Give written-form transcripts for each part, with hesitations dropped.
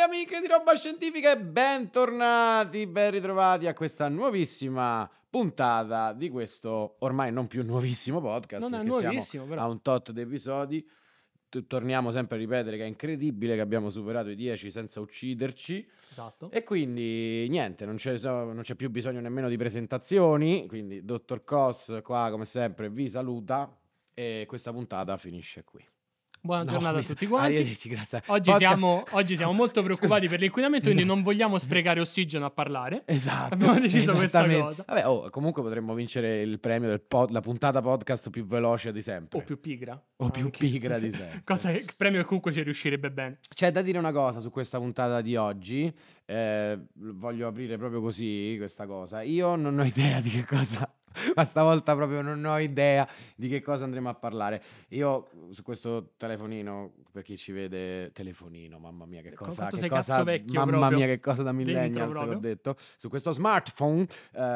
amiche di Roba Scientifica e bentornati, ben ritrovati a questa nuovissima puntata di questo ormai non più nuovissimo podcast. Non è perché nuovissimo, siamo però. a un tot di episodi. Torniamo sempre a ripetere che è incredibile che abbiamo superato i 10 senza ucciderci. Esatto. E quindi niente, non c'è più bisogno nemmeno di presentazioni. Quindi Dottor Cos qua come sempre vi saluta e questa puntata finisce qui. Buona giornata a tutti quanti. Arrivederci, grazie. Oggi siamo molto preoccupati per l'inquinamento, quindi non vogliamo sprecare ossigeno a parlare. Esatto. Abbiamo deciso questa cosa. Vabbè, comunque potremmo vincere il premio la puntata podcast più veloce di sempre. O più pigra. O più pigra di sempre. Premio che comunque ci riuscirebbe bene. C'è da dire una cosa su questa puntata di oggi. Voglio aprire proprio così questa cosa. Io non ho idea di che cosa... Ma stavolta proprio non ho idea di che cosa andremo a parlare. Io su questo telefonino, per chi ci vede, telefonino, mamma mia che cosa, Quanto che sei cosa, cazzo vecchio mamma proprio. mia che cosa da millennials Dentro che ho proprio. detto. Su questo smartphone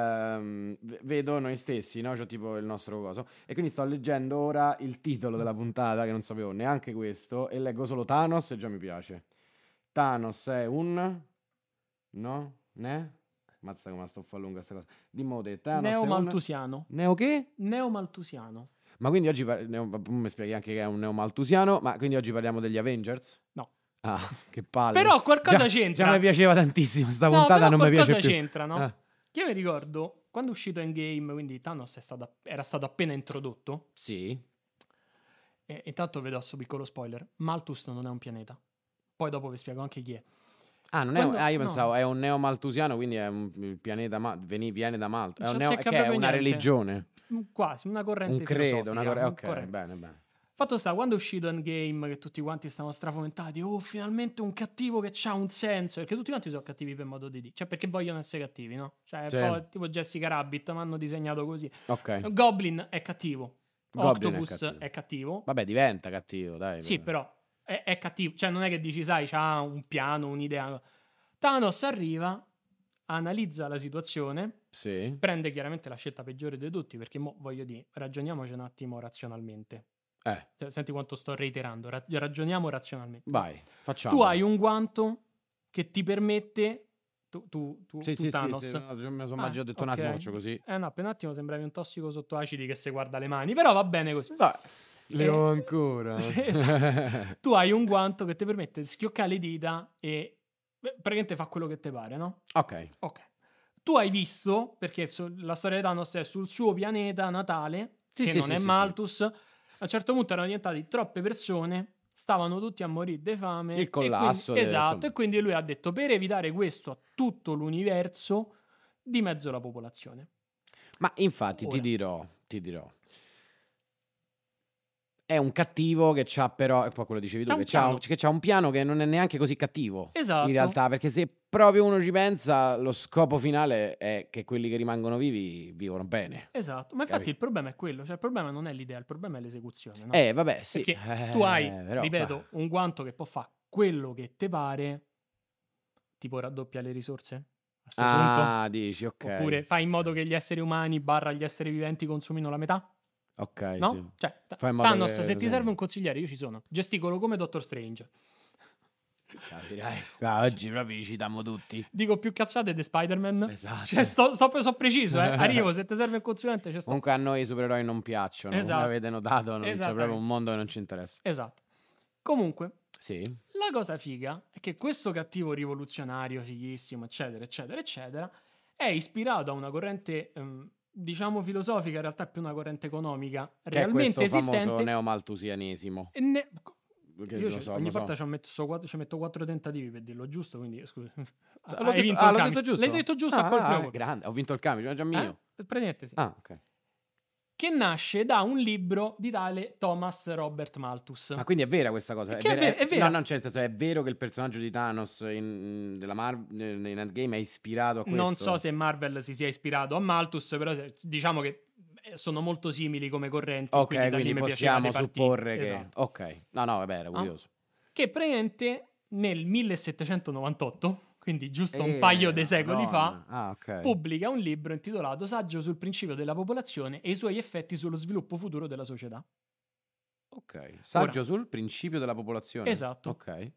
vedo noi stessi, no? C'ho tipo il nostro coso. E quindi sto leggendo ora il titolo della puntata, che non sapevo neanche questo, e leggo solo Thanos e già mi piace. Thanos è un... No? Ne? Mazza come sto a fare lunga questa cosa. Dimmo te, Thanos Neomaltusiano. Neo che? Neomaltusiano. Ma quindi oggi mi spieghi anche che è un neomaltusiano, ma quindi oggi parliamo degli Avengers? No. Ah, che palle. Però qualcosa c'entra. Già mi piaceva tantissimo sta No, puntata, però non mi piace più. qualcosa c'entra, no? Ah. Io mi ricordo quando è uscito Endgame, quindi Thanos era stato appena introdotto. Sì. E intanto vedo questo piccolo spoiler. Malthus non è un pianeta. Poi dopo vi spiego anche chi è. Ah, non Quando- è io no. pensavo è un neomaltusiano, quindi è un pianeta viene da Malta. È, Non un ci che azzecca è proprio una niente. religione, Quasi, una corrente un credo, filosofica. ok, Corrente. bene. Fatto sta, quando è uscito Endgame, che tutti quanti stavano strafomentati, finalmente un cattivo che c'ha un senso, perché tutti quanti sono cattivi per modo di dire, cioè perché vogliono essere cattivi, no? Cioè, Sì. poi, tipo Jessica Rabbit, mi hanno disegnato così. Ok. Goblin è cattivo, Goblin Octopus è è cattivo. Vabbè, diventa cattivo, dai. Sì, però è cattivo, cioè non è che dici, sai, c'ha un piano, un'idea. Thanos arriva, analizza la situazione, Sì. prende chiaramente la scelta peggiore di tutti, perché voglio dire, ragioniamoci un attimo razionalmente. Senti quanto sto reiterando, ragioniamo razionalmente. Vai, facciamo. Tu hai un guanto che ti permette tu Thanos. Sì, no, mi sono già detto un attimo, faccio così. No, per un attimo sembravi un tossico sotto acidi che si guarda le mani, però va bene così. Dai, le ho ancora. Sì, esatto. Tu hai un guanto che ti permette di schioccare le dita e praticamente fa quello che ti pare, no? Ok. Tu hai visto, perché la storia di Thanos è sul suo pianeta natale, che non è Malthus. A un certo punto erano diventate troppe persone, stavano tutti a morire di fame. Il collasso. Esatto, e quindi lui ha detto, per evitare questo a tutto l'universo, dimezzo la popolazione. Ma infatti Ora. ti dirò. È un cattivo che c'ha però, e poi quello dicevi tu, che c'ha un piano che non è neanche così cattivo. Esatto. In realtà, perché se proprio uno ci pensa, lo scopo finale è che quelli che rimangono vivi vivono bene. Esatto, ma infatti il problema è quello, cioè il problema non è l'idea, il problema è l'esecuzione, no? Vabbè, sì. Perché tu hai, ripeto, un guanto che può fare quello che te pare, tipo raddoppia le risorse a sto punto. Dici, ok. Oppure fai in modo che gli esseri umani / gli esseri viventi consumino la metà. Ok, no? sì. Cioè, Thanos, se ti serve un consigliere, io ci sono. Gesticolo come Doctor Strange. Oggi proprio ci citiamo tutti. Dico più cazzate di Spider-Man. Esatto. Cioè, so preciso, arrivo, se ti serve un consulente, ci sto. Comunque a noi i supereroi non piacciono. Esatto. Come avete notato, c'è proprio un mondo che non ci interessa. Esatto. Comunque, sì. La cosa figa è che questo cattivo rivoluzionario, fighissimo, eccetera, eccetera, eccetera, è ispirato a una corrente, diciamo filosofica, in realtà è più una corrente economica che realmente è questo esistente. Famoso neomaltusianesimo. Io ogni volta ci metto 4 tentativi per dirlo giusto, quindi scusa. L'ho detto giusto? L'hai detto giusto a colpo. Grande, ho vinto il cambio, è già mio. Praticamente sì. Ok. Che nasce da un libro di tale Thomas Robert Malthus. Ma quindi è vera questa cosa? È vera. No, cioè, nel senso, è vero che il personaggio di Thanos in Endgame è ispirato a questo? Non so se Marvel si sia ispirato a Malthus, però diciamo che sono molto simili come correnti. Ok, quindi possiamo supporre esatto. che... Ok, no, vabbè, era curioso. Che praticamente nel 1798... quindi giusto un paio di secoli fa, pubblica un libro intitolato Saggio sul principio della popolazione e i suoi effetti sullo sviluppo futuro della società. Ok, saggio sul principio della popolazione. Esatto. Ok.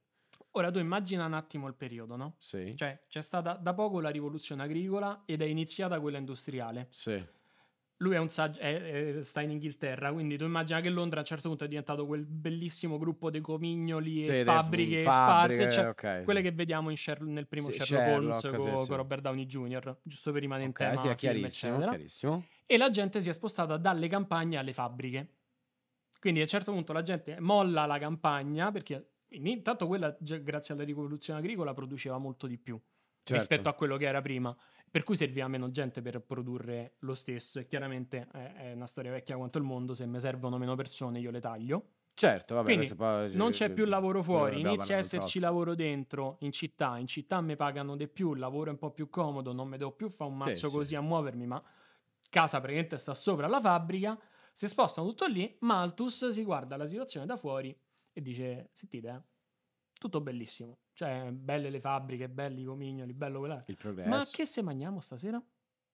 Ora tu immagina un attimo il periodo, no? Sì. Cioè c'è stata da poco la rivoluzione agricola ed è iniziata quella industriale. Sì. Lui è un sta in Inghilterra, quindi tu immagina che Londra a un certo punto è diventato quel bellissimo gruppo di comignoli e fabbriche sparse, cioè okay. quelle che vediamo nel primo Sherlock Holmes con Robert Downey Jr., giusto per rimanere in tema sì, film, eccetera. Chiarissimo. E la gente si è spostata dalle campagne alle fabbriche. Quindi a un certo punto la gente molla la campagna, perché intanto quella, grazie alla rivoluzione agricola, produceva molto di più rispetto a quello che era prima, per cui serviva meno gente per produrre lo stesso, e chiaramente è una storia vecchia quanto il mondo: se mi servono meno persone io le taglio. Certo, vabbè. Quindi non c'è più lavoro fuori, inizia a esserci lavoro dentro, in città mi pagano di più, il lavoro è un po' più comodo, non mi devo più fare un mazzo così a muovermi, ma casa praticamente sta sopra la fabbrica, si spostano tutto lì. Malthus si guarda la situazione da fuori e dice: sentite, tutto bellissimo, cioè belle le fabbriche, belli i comignoli, bello quella, il progresso, ma che se mangiamo stasera?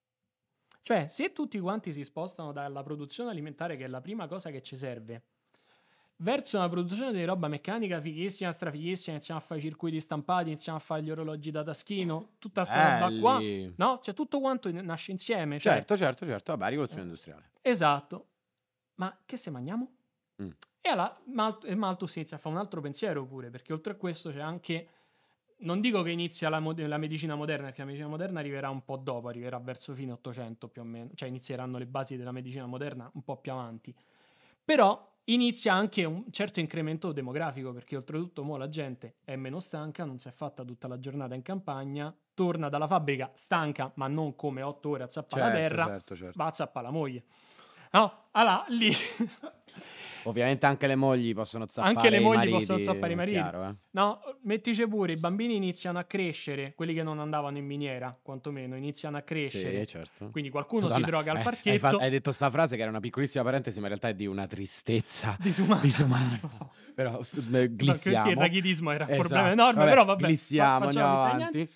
Cioè, se tutti quanti si spostano dalla produzione alimentare, che è la prima cosa che ci serve, verso una produzione di roba meccanica fighissima, strafighissima, iniziamo a fare i circuiti stampati, iniziamo a fare gli orologi da taschino, tutta sta roba qua, no? Cioè tutto quanto nasce insieme. Cioè... Certo, vabbè, rivoluzione industriale. Esatto. Ma che se mangiamo? E allora Malthus inizia a fare un altro pensiero pure, perché oltre a questo c'è anche... Non dico che inizia la medicina moderna, perché la medicina moderna arriverà un po' dopo, arriverà verso fine 800 più o meno, cioè inizieranno le basi della medicina moderna un po' più avanti. Però inizia anche un certo incremento demografico, perché oltretutto mo la gente è meno stanca, non si è fatta tutta la giornata in campagna, torna dalla fabbrica stanca, ma non come 8 ore a zappare la terra, va a zappare la moglie. No, allora lì... Ovviamente anche le mogli possono zappare anche le mogli mariti, possono zappare i mariti. Chiaro, No, mettici pure, i bambini iniziano a crescere, quelli che non andavano in miniera, quantomeno, iniziano a crescere. Sì, certo. Quindi qualcuno si droga al parchetto. Hai detto sta frase che era una piccolissima parentesi, ma in realtà è di una tristezza disumana. Però glissiamo. Perché il raghitismo era un problema enorme, però vabbè. Glissiamo, andiamo avanti.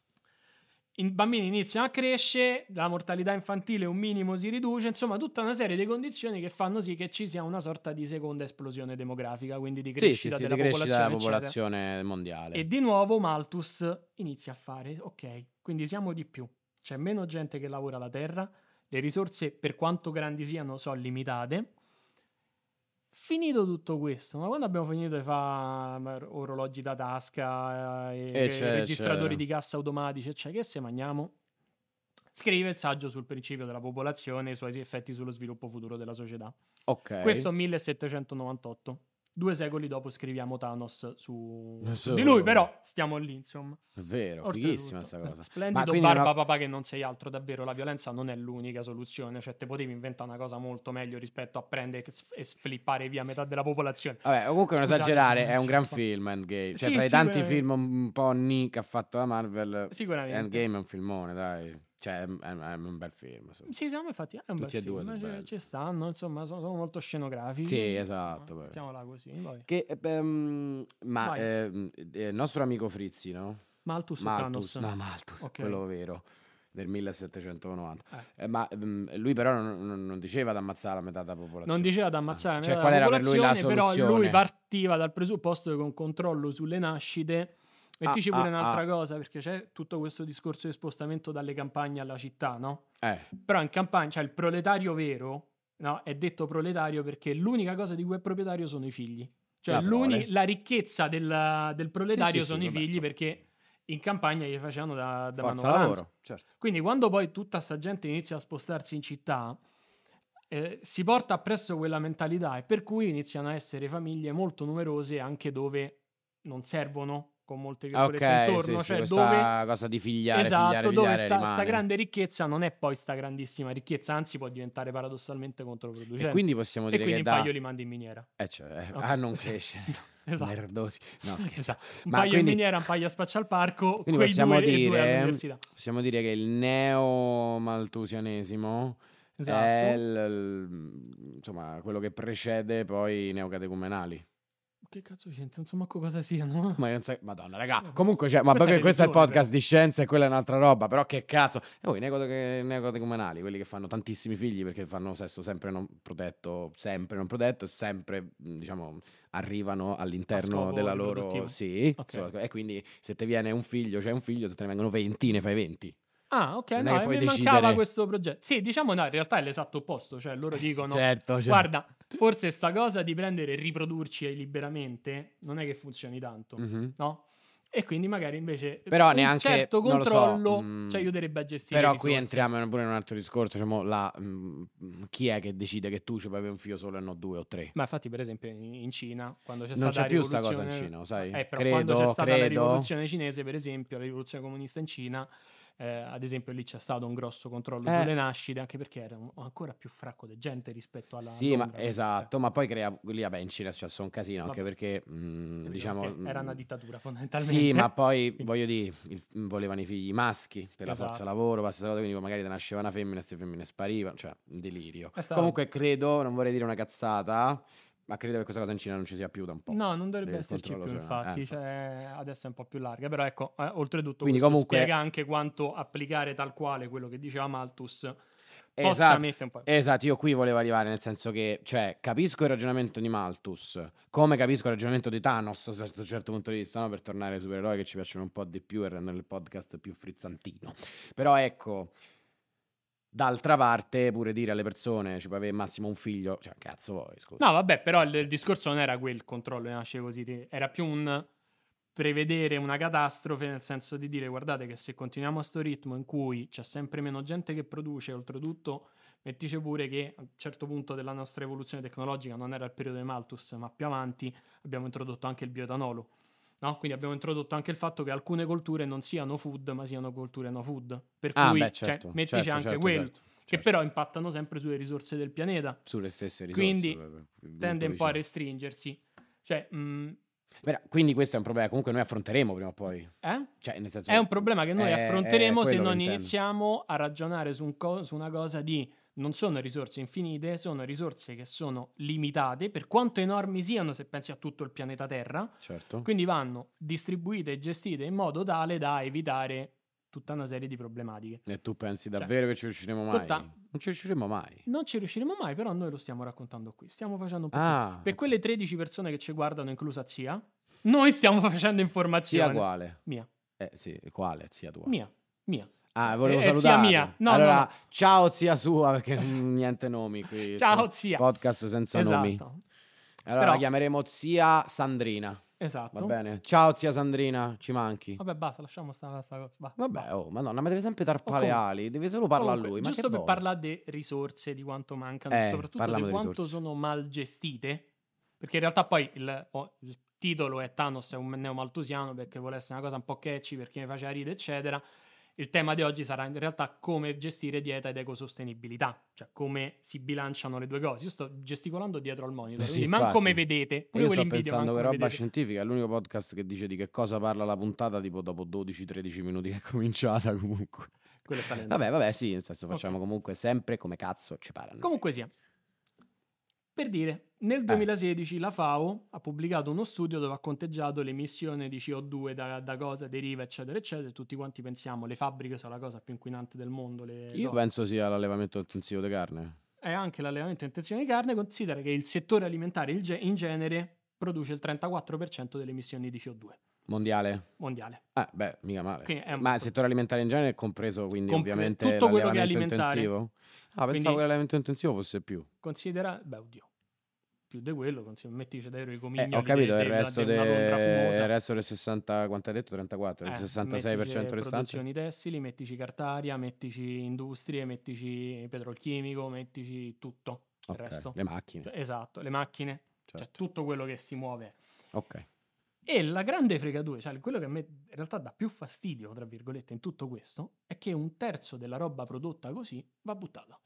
I bambini iniziano a crescere, la mortalità infantile un minimo si riduce, insomma tutta una serie di condizioni che fanno sì che ci sia una sorta di seconda esplosione demografica, quindi di crescita della popolazione mondiale. E di nuovo Malthus inizia a fare, ok, quindi siamo di più, c'è meno gente che lavora la terra, le risorse per quanto grandi siano sono limitate. Finito tutto questo, ma quando abbiamo finito di fare orologi da tasca registratori di cassa automatici, cioè che se mangiamo? Scrive il saggio sul principio della popolazione e i suoi effetti sullo sviluppo futuro della società. Ok. Questo 1798. 2 secoli dopo scriviamo Thanos su di lui, però stiamo lì, insomma. È vero, fighissima sta cosa. Splendido, barba papà che non sei altro, davvero. La violenza non è l'unica soluzione, cioè te potevi inventare una cosa molto meglio rispetto a prendere e flippare via metà della popolazione. Vabbè, comunque non esagerare, è un gran film Endgame, cioè tra i tanti film un po' che ha fatto la Marvel, sicuramente Endgame è un filmone, dai. Cioè, è un bel film. Sì, secondo me infatti è un bel film. Ci stanno, insomma, sono molto scenografici. Sì, esatto. Mettiamola così. Che, ma il nostro amico Frizzi, no? Malthus. No, Malthus, okay. Quello vero, del 1790. Ma lui però non diceva da ammazzare la metà della popolazione. Non diceva da ammazzare la metà della popolazione, era per lui la soluzione? Però lui partiva dal presupposto che con controllo sulle nascite... Mettici pure un'altra cosa, perché c'è tutto questo discorso di spostamento dalle campagne alla città, no? Però in campagna, cioè il proletario vero, no? È detto proletario perché l'unica cosa di cui è proprietario sono i figli. Cioè la ricchezza del proletario sono i figli, perché in campagna gli facevano da manovalanza. Certo. Quindi quando poi tutta sta gente inizia a spostarsi in città, si porta appresso quella mentalità, e per cui iniziano a essere famiglie molto numerose anche dove non servono, con molte virgolette intorno, cioè questa cosa di figliare, dove sta grande ricchezza non è poi sta grandissima ricchezza, anzi può diventare paradossalmente controproducente. E quindi possiamo dire che un paio li mandi in miniera. Non cresce. Merdosi. No, scherzo. Un paio in miniera, un paio a spaccia al parco, quindi possiamo all'università. Possiamo dire che il neo-malthusianesimo è insomma quello che precede poi i neocatecumenali. Che cazzo c'entra? Non so manco cosa siano. Ma non sai... Madonna, raga. Comunque ma perché questo è il podcast di scienza e quella è un'altra roba. Però che cazzo. E poi i neocatecumenali, quelli che fanno tantissimi figli perché fanno sesso sempre non protetto e sempre, diciamo, arrivano all'interno della loro... Sì, okay. E quindi se ti viene un figlio, c'è un figlio, se te ne vengono 20, ne fai 20. Ah, ok, no, mi mancava questo progetto. Sì, diciamo no, in realtà è l'esatto opposto, cioè loro dicono, certo. Guarda, forse sta cosa di prendere e riprodurci liberamente non è che funzioni tanto, no? E quindi magari invece però un neanche, certo controllo ci aiuterebbe a gestire però risorse. Qui entriamo pure in un altro discorso, diciamo, chi è che decide che tu ci puoi avere un figlio solo e non 2 o 3? Ma infatti per esempio in Cina, quando c'è non stata c'è più sta cosa in Cina, sai? Però quando c'è stata la rivoluzione cinese, per esempio, la rivoluzione comunista in Cina, ad esempio lì c'è stato un grosso controllo sulle nascite, anche perché era ancora più fracco di gente rispetto alla sì, Londra, ma esatto, ma poi crea lì in Cina cioè, sono un casino, anche perché diciamo era una dittatura fondamentalmente. Sì, ma poi voglio dire, volevano i figli maschi per la forza lavoro, quindi magari te nasceva una femmina e queste femmine sparivano, cioè un delirio. Comunque credo, non vorrei dire una cazzata, ma credo che questa cosa in Cina non ci sia più da un po'. No, non dovrebbe esserci più, infatti. Cioè, adesso è un po' più larga, però ecco, oltretutto quindi questo comunque spiega anche quanto applicare tal quale quello che diceva Malthus possa mettere un po'. Esatto, io qui volevo arrivare, nel senso che, cioè, capisco il ragionamento di Malthus, come capisco il ragionamento di Thanos da un certo punto di vista, no? Per tornare ai supereroi che ci piacciono un po' di più e rendere il podcast più frizzantino. Però ecco... D'altra parte, pure dire alle persone ci puoi avere massimo un figlio, cioè cazzo vuoi, scusa. No, vabbè, però il discorso non era quel controllo che nasce così, era più un prevedere una catastrofe, nel senso di dire guardate che se continuiamo a sto ritmo in cui c'è sempre meno gente che produce, oltretutto mettici pure che a un certo punto della nostra evoluzione tecnologica, non era il periodo di Malthus, ma più avanti abbiamo introdotto anche il bioetanolo. No? Quindi abbiamo introdotto anche il fatto che alcune colture non siano food, ma siano colture no food. Per cui certo, mettici anche quello, che però impattano sempre sulle risorse del pianeta. Sulle stesse risorse. Quindi tende un po' a restringersi. Cioè, quindi questo è un problema. Comunque noi affronteremo prima o poi. Cioè, nel senso, è un problema che noi affronteremo se non iniziamo a ragionare su una cosa di... Non sono risorse infinite, sono risorse che sono limitate, per quanto enormi siano se pensi a tutto il pianeta Terra. Certo. Quindi vanno distribuite e gestite in modo tale da evitare tutta una serie di problematiche. E tu pensi davvero che ci riusciremo mai? Non ci riusciremo mai. Non ci riusciremo mai, però noi lo stiamo raccontando qui. Stiamo facendo un pezzo. Per quelle 13 persone che ci guardano, inclusa zia, noi stiamo facendo informazione. Zia quale? Mia. Sì, quale? Zia tua? Mia. Volevo salutare. Zia mia. No, allora, no. Ciao zia sua, perché niente nomi qui. Ciao zia. Podcast senza nomi. Allora la chiameremo zia Sandrina. Esatto. Va bene. Ciao zia Sandrina, ci manchi. Vabbè, basta, lasciamo sta cosa. Vabbè, basta. Oh, madonna, ma deve sempre tarpare le ali, deve solo parlare a lui. Giusto ma per parlare di risorse, di quanto mancano, e soprattutto di quanto sono mal gestite. Perché in realtà poi il titolo è Thanos è un neomalthusiano perché vuole essere una cosa un po' catchy, perché mi faceva ridere, eccetera. Il tema di oggi sarà in realtà come gestire dieta ed ecosostenibilità, cioè come si bilanciano le due cose. Io sto gesticolando dietro al monitor, quindi manco me vedete. Io sto pensando che roba scientifica è l'unico podcast che dice di che cosa parla la puntata tipo dopo 12-13 minuti che è cominciata comunque. Quello è talento. Vabbè, sì, nel senso facciamo comunque sempre come cazzo ci pare. Comunque sia. Per dire, nel 2016 la FAO ha pubblicato uno studio dove ha conteggiato l'emissione di CO2 da cosa deriva, eccetera, eccetera. Tutti quanti pensiamo le fabbriche sono la cosa più inquinante del mondo. Io penso sia l'allevamento intensivo di carne. È anche l'allevamento intensivo di carne. Considera che il settore alimentare in genere produce il 34% delle emissioni di CO2. Mondiale. Mica male. Ma il settore alimentare in genere è compreso, quindi ovviamente tutto quello che è l'allevamento intensivo? Pensavo che l'allevamento intensivo fosse più. Considera, più di quello, mettici davvero i comignoli. Ho capito, il resto del 60, quanto hai detto? 34, il 66% restante. Produzioni tessili, mettici cartaria, mettici industrie, mettici petrolchimico, mettici tutto il resto. Le macchine. Esatto, le macchine, certo. Cioè tutto quello che si muove. Ok. E la grande fregatura, cioè quello che a me in realtà dà più fastidio, tra virgolette, in tutto questo, è che 1/3 della roba prodotta così va buttata.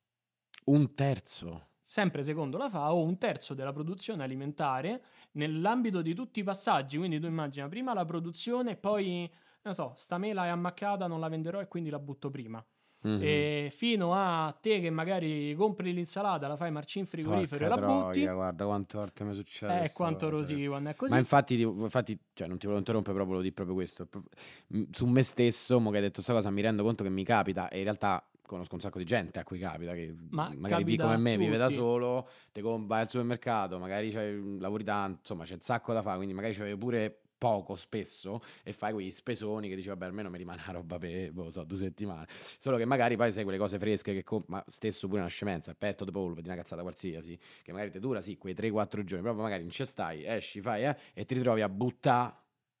1/3? Sempre secondo la FAO, 1/3 della produzione alimentare nell'ambito di tutti i passaggi. Quindi tu immagina prima la produzione, poi, non so, sta mela è ammaccata, non la venderò e quindi la butto prima. E fino a te che magari compri l'insalata, la fai marcire in frigorifero e la butti. Guarda quante volte mi succede. Quanto rosichi quando è così. Ma infatti cioè, non ti volevo interrompere, però volevo dire proprio questo. Su me stesso, mo che hai detto questa cosa, mi rendo conto che mi capita, e in realtà conosco un sacco di gente a cui capita che magari capita come me, vive da tutti. solo, vai al supermercato, magari lavori tanto, insomma c'è un sacco da fare, quindi magari c'avevi pure poco spesso e fai quegli spesoni che dici vabbè almeno mi rimane la roba per 2 settimane, solo che magari poi sai quelle cose fresche che ma stesso pure una scemenza, il petto di pollo di una cazzata qualsiasi che magari ti dura sì quei 3-4 giorni, proprio magari non ci stai, esci, fai e ti ritrovi a buttare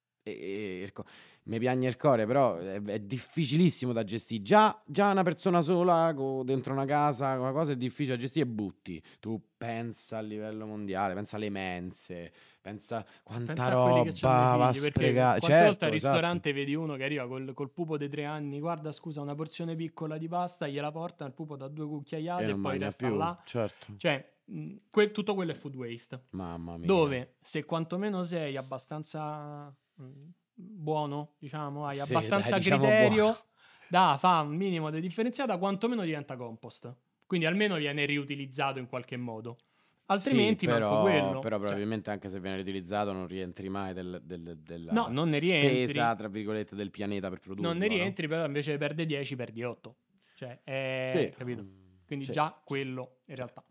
mi piagne il cuore, però è difficilissimo da gestire. Già una persona sola dentro una casa, una cosa è difficile da gestire e butti. Tu pensa a livello mondiale, pensa alle mense, pensa quanta roba va a sprecare. Quante volte al ristorante vedi uno che arriva col pupo dei 3 anni, guarda scusa una porzione piccola di pasta, gliela porta, il pupo da 2 cucchiaiate e poi resta più, là. Certo. Cioè, tutto quello è food waste. Mamma mia. Dove se quantomeno sei abbastanza buono, diciamo, hai abbastanza criterio da fa un minimo di differenziata, quantomeno diventa compost. Quindi almeno viene riutilizzato in qualche modo. Altrimenti manco quello. Però probabilmente anche se viene riutilizzato non rientri mai della non ne spesa, tra virgolette, del pianeta per produrlo. Non ne rientri, però invece perde 10, perdi 8. Cioè, capito? Quindi già quello in realtà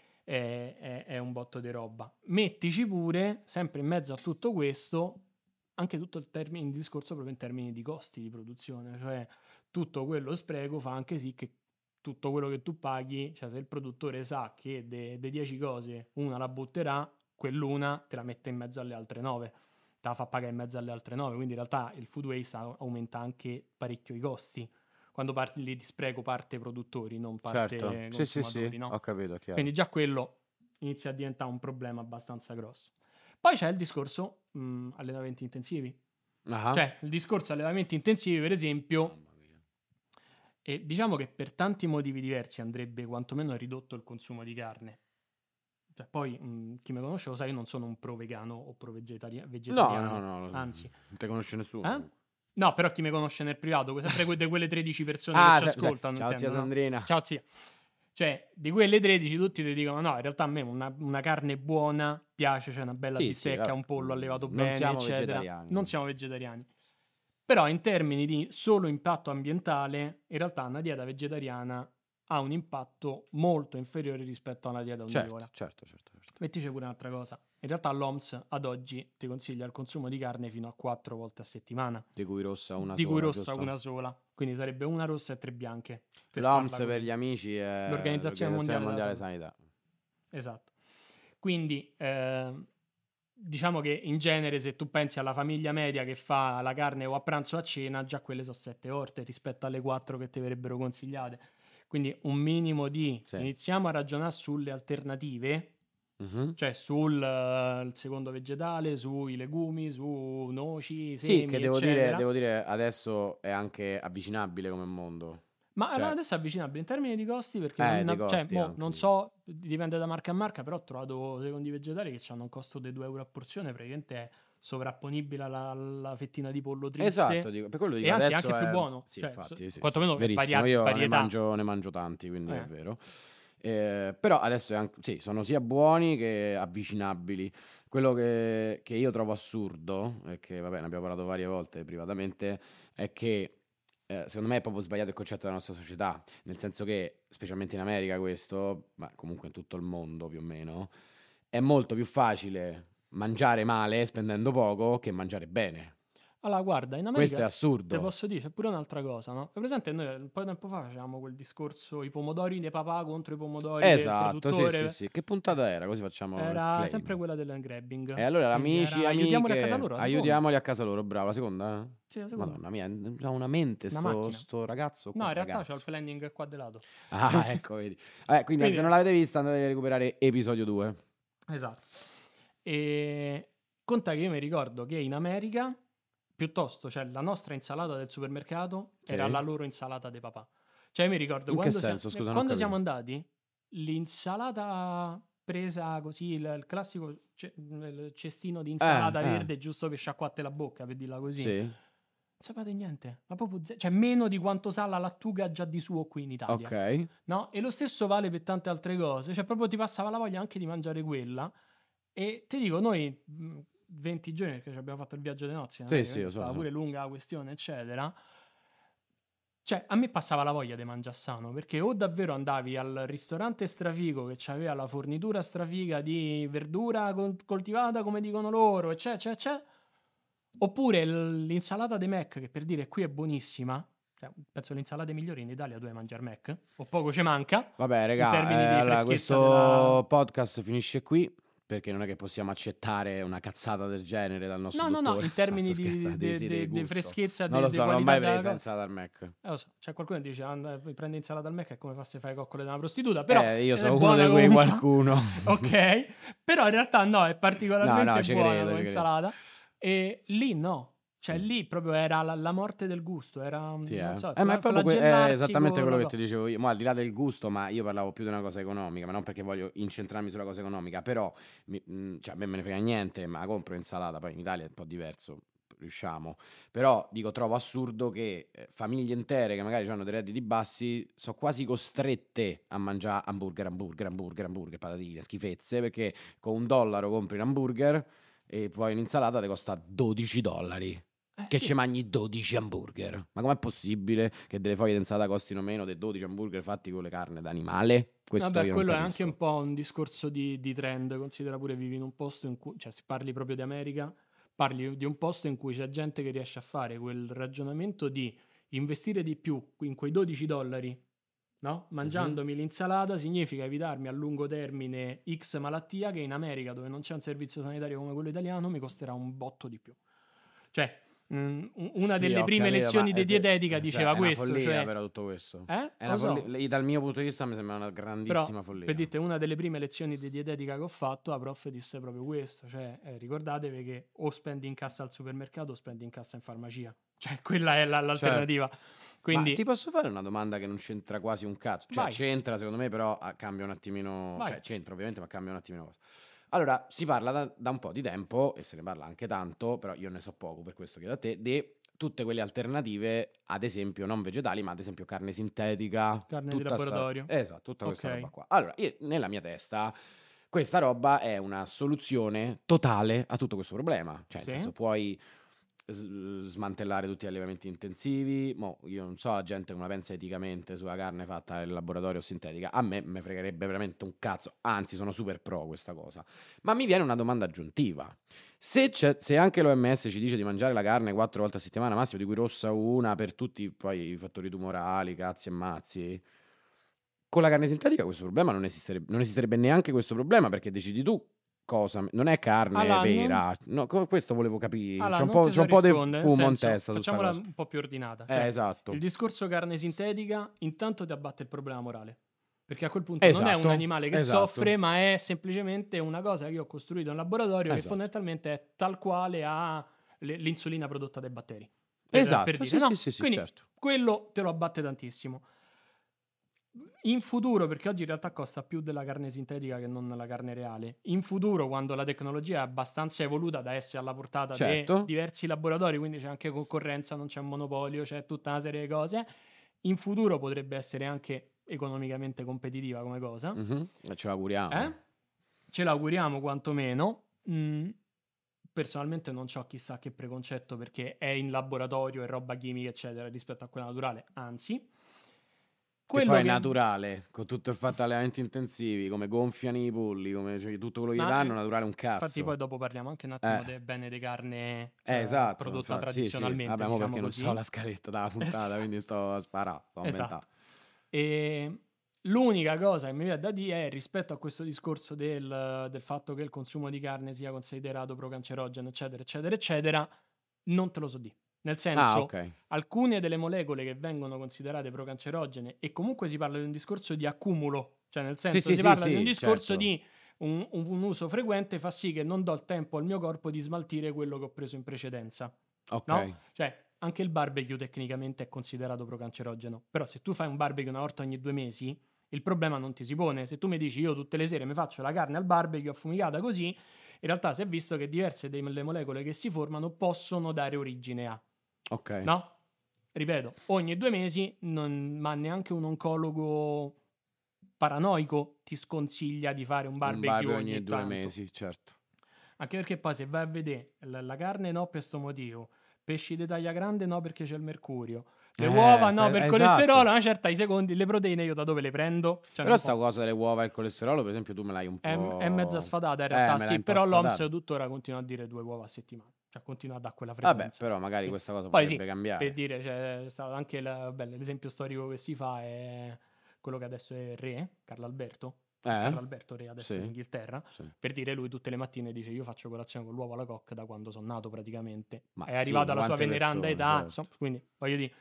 è un botto di roba. Mettici pure, sempre in mezzo a tutto questo, anche tutto il discorso proprio in termini di costi di produzione, cioè tutto quello spreco fa anche sì che tutto quello che tu paghi, cioè se il produttore sa che de 10 cose una la butterà, quell'una te la mette in mezzo alle altre 9, te la fa pagare in mezzo alle altre 9, quindi in realtà il food waste aumenta anche parecchio i costi. Quando parli di spreco parte produttori, non parte consumatori, sì. No? Ho capito, chiaro. Quindi già quello inizia a diventare un problema abbastanza grosso. Poi c'è il discorso allevamenti intensivi. Cioè il discorso allevamenti intensivi, per esempio, e diciamo che per tanti motivi diversi andrebbe quantomeno ridotto il consumo di carne. Cioè, poi chi mi conosce lo sa, io non sono un pro vegano o pro vegetariano. No, anzi, non ti conosce nessuno. No, però chi mi conosce nel privato, sempre di quelle 13 persone che ci ascoltano. Ciao zia Sandrina. No? Ciao zia. Cioè, di quelle 13 tutti ti dicono no, in realtà a me una carne buona piace, c'è una bella bistecca, un pollo allevato bene, eccetera. Non siamo vegetariani. Però in termini di solo impatto ambientale, in realtà una dieta vegetariana ha un impatto molto inferiore rispetto a una dieta onnivora. Certo. Mettici pure un'altra cosa. In realtà l'OMS ad oggi ti consiglia il consumo di carne fino a 4 volte a settimana. Di cui rossa una sola. Quindi sarebbe una rossa e 3 bianche. L'OMS per gli amici è l'Organizzazione Mondiale della Sanità. Esatto. Quindi diciamo che in genere se tu pensi alla famiglia media che fa la carne o a pranzo o a cena, già quelle sono 7 volte rispetto alle 4 che ti verrebbero consigliate. Quindi un minimo di... Iniziamo a ragionare sulle alternative, cioè sul secondo vegetale, sui legumi, su noci, semi, sì, che devo dire adesso è anche avvicinabile come mondo. Ma adesso è avvicinabile in termini di costi, perché non so, dipende da marca a marca, però ho trovato secondi vegetali che hanno un costo di 2 euro a porzione, praticamente è sovrapponibile alla fettina di pollo triste. Esatto, per quello dico, e anzi adesso anche più buono. Sì, infatti, quantomeno verissimo. Io varietà. ne mangio tanti, quindi è vero. Però adesso sono sia buoni che avvicinabili. Quello che io trovo assurdo, e che vabbè ne abbiamo parlato varie volte privatamente, è che secondo me è proprio sbagliato il concetto della nostra società, nel senso che, specialmente in America questo, ma comunque in tutto il mondo più o meno, è molto più facile mangiare male spendendo poco che mangiare bene. Allora, guarda, in America questo è assurdo. Te posso dire, c'è pure un'altra cosa, no? Per esempio, noi un po' di tempo fa facevamo quel discorso, i pomodori dei papà contro i pomodori del produttore. Sì. Che puntata era? Così facciamo Era sempre quella del grabbing. E allora amici, aiutiamoli a casa loro. Aiutiamoli a casa loro, bravo. La seconda? Sì, la seconda. Madonna mia, ha una mente sto ragazzo. No, in realtà c'ho il planning qua di lato. Ecco, vedi. Quindi se non l'avete vista andate a recuperare episodio 2. Esatto. E conta che io mi ricordo che in America... piuttosto, cioè la nostra insalata del supermercato era la loro insalata dei papà. Cioè mi ricordo quando siamo andati, l'insalata presa così, il classico il cestino di insalata verde giusto per sciacquarti la bocca, per dirla così. Sì. Non sapete niente, ma proprio cioè meno di quanto sa la lattuga già di suo qui in Italia. Ok. No? E lo stesso vale per tante altre cose, cioè proprio ti passava la voglia anche di mangiare quella. E ti dico, noi 20 giorni, perché abbiamo fatto il viaggio dei nozze, sì, stava pure lunga la questione, eccetera. Cioè, a me passava la voglia di mangiare sano, perché o davvero andavi al ristorante strafigo che aveva la fornitura strafiga di verdura coltivata come dicono loro, e c'è, oppure l'insalata di Mac, che per dire qui è buonissima. Cioè, penso l'insalata migliore in Italia dove mangiare Mac, o poco ci manca. Vabbè, in termini di allora freschezza questo podcast finisce qui, perché non è che possiamo accettare una cazzata del genere dal nostro No, dottore. in termini Sto di freschezza, non lo di so, non ho qualità mai della preso cosa. insalata al Mac. Lo so, c'è qualcuno che dice prendi insalata al Mac è come se fai coccole da una prostituta, però io sono è uno di quei qualcuno. Ok, però in realtà no, è particolarmente buona credo, come insalata. E lì no. Cioè lì proprio era la morte del gusto, era sì, non so, ma è proprio è esattamente quello che ti ti dicevo io. Ma al di là del gusto, ma io parlavo più di una cosa economica, ma non perché voglio incentrarmi sulla cosa economica, però cioè, a me ne frega niente, ma compro insalata, poi in Italia è un po' diverso, riusciamo. Però dico, trovo assurdo che famiglie intere che magari hanno dei redditi bassi sono quasi costrette a mangiare hamburger, patatine, schifezze, perché con $1 compri un hamburger e poi un'insalata ti costa $12. Che sì. ci mangi 12 hamburger. Ma com'è possibile che delle foglie di insalata costino meno dei 12 hamburger fatti con le carne d'animale? Questo Vabbè, io non quello è capisco. anche un po' un discorso di trend. Considera pure vivi in un posto in cui, cioè, se parli proprio di America, parli di un posto in cui c'è gente che riesce a fare quel ragionamento di investire di più in quei $12, no? Mangiandomi l'insalata significa evitarmi a lungo termine X malattia che in America, dove non c'è un servizio sanitario come quello italiano, mi costerà un botto di più. Cioè, una Sì, delle ho prime capito, lezioni ma di dietetica cioè, diceva è una questo, follia cioè però tutto questo. È lo una so. follia. Dal mio punto di vista mi sembra una grandissima Però, follia. per dirti, una delle prime lezioni di dietetica che ho fatto, la prof disse proprio questo, cioè ricordatevi che o spendi in cassa al supermercato o spendi in cassa in farmacia. Cioè, quella è l'alternativa. Certo. Quindi, Ma ti posso fare una domanda che non c'entra quasi un cazzo? Cioè, vai, c'entra secondo me, però cambia un attimino. vai. Cioè, c'entra ovviamente, ma cambia un attimino cosa. Allora, si parla da un po' di tempo, e se ne parla anche tanto, però io ne so poco, per questo chiedo a te, di tutte quelle alternative, ad esempio non vegetali, ma ad esempio carne sintetica. Carne di laboratorio. Esatto, tutta questa Ok. roba qua. Allora, nella mia testa, questa roba è una soluzione totale a tutto questo problema. Cioè, Sì. nel senso, puoi smantellare tutti gli allevamenti intensivi. Io non so la gente come la pensa eticamente sulla carne fatta nel laboratorio sintetica. A me fregherebbe veramente un cazzo, anzi sono super pro questa cosa. Ma mi viene una domanda aggiuntiva: se anche l'OMS ci dice di mangiare la carne 4 volte a settimana massimo, di cui rossa una per tutti poi i fattori tumorali, cazzi e mazzi, con la carne sintetica questo problema non esisterebbe neanche questo problema, perché decidi tu cosa, non è carne vera. No, questo volevo capire. C'è un po' di fumo in testa su sta facciamola cosa. un po' più ordinata. Cioè, Esatto. il discorso carne sintetica intanto ti abbatte il problema morale. Perché a quel punto non è un animale che soffre, ma è semplicemente una cosa che io ho costruito in laboratorio che fondamentalmente è tal quale a l'insulina prodotta dai batteri. Per dire, no? Sì, quindi certo. quello te lo abbatte tantissimo. In futuro, perché oggi in realtà costa più della carne sintetica che non la carne reale, in futuro quando la tecnologia è abbastanza evoluta da essere alla portata di diversi laboratori, quindi c'è anche concorrenza, non c'è un monopolio, c'è tutta una serie di cose, in futuro potrebbe essere anche economicamente competitiva come cosa. Ce l'auguriamo. Ce l'auguriamo quantomeno. Personalmente non ho chissà che preconcetto perché è in laboratorio, è roba chimica eccetera rispetto a quella naturale, anzi. Che poi è naturale, con tutto il fatto allenamenti intensivi, come gonfiano i polli, come tutto quello che gli danno, naturale un cazzo. Infatti poi dopo parliamo anche un attimo del bene di carne prodotta infatti, tradizionalmente. Vabbè, diciamo perché così. non so la scaletta della puntata, quindi sto a sparare, sto a inventare. E l'unica cosa che mi viene da dire è rispetto a questo discorso del fatto che il consumo di carne sia considerato procancerogeno, eccetera, eccetera, eccetera, non te lo so dire. Nel senso, alcune delle molecole che vengono considerate procancerogene, e comunque si parla di un discorso di accumulo, cioè nel senso si parla di un discorso di un uso frequente, fa sì che non do il tempo al mio corpo di smaltire quello che ho preso in precedenza. No? Cioè, anche il barbecue tecnicamente è considerato procancerogeno, però se tu fai un barbecue una volta ogni 2 mesi, il problema non ti si pone. Se tu mi dici io tutte le sere mi faccio la carne al barbecue affumicata così, in realtà si è visto che diverse delle molecole che si formano possono dare origine a. No? Ripeto, ogni 2 mesi, ma neanche un oncologo paranoico ti sconsiglia di fare un barbecue ogni 2 mesi, certo. Anche perché poi se vai a vedere la carne no per sto motivo, pesci di taglia grande no perché c'è il mercurio, le uova no per colesterolo, una certa ai secondi, le proteine io da dove le prendo? Cioè, però sta cosa delle uova e il colesterolo, per esempio, tu me l'hai un po'... È mezza sfadata in realtà, sì, però l'OMS tuttora continua a dire 2 uova a settimana, cioè continua a dare quella frequenza. Vabbè, però magari questa cosa poi potrebbe cambiare. Per dire, c'è stato anche l'esempio storico che si fa è quello che adesso è re, Carlo Alberto. Carlo Alberto re adesso in Inghilterra, per dire, lui tutte le mattine dice io faccio colazione con l'uovo alla cocca da quando sono nato praticamente, è arrivato alla sua veneranda età, certo. Insomma, quindi voglio dire,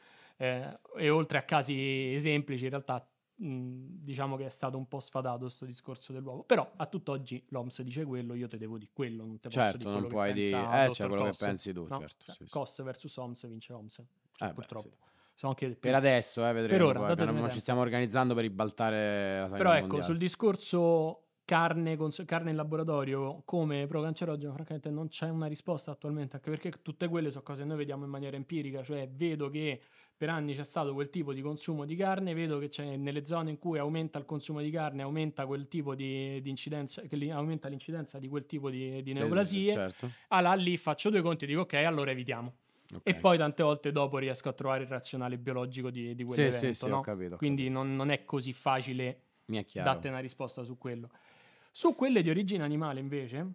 e oltre a casi semplici in realtà diciamo che è stato un po' sfadato sto discorso dell'uovo, però a tutt'oggi l'OMS dice quello, io te devo dire quello, non te posso dire quello non puoi che dire c'è quello che pensi tu, no? certo, sì, COS versus OMS vince OMS, purtroppo. Sì. Anche per adesso vedremo, per ora, poi, non ci stiamo organizzando per ribaltare la sanità però ecco mondiale. Sul discorso carne in laboratorio come pro-cancerogeno, francamente non c'è una risposta attualmente, anche perché tutte quelle sono cose che noi vediamo in maniera empirica, cioè vedo che per anni c'è stato quel tipo di consumo di carne, vedo che c'è nelle zone in cui aumenta il consumo di carne, aumenta quel tipo di incidenza, che aumenta l'incidenza di quel tipo di neoplasie, certo. Allora lì faccio 2 conti e dico ok, allora evitiamo. Okay. E poi tante volte dopo riesco a trovare il razionale biologico di quell'evento, sì, no? ho capito. Quindi non è così facile date una risposta su quello. Su quelle di origine animale invece,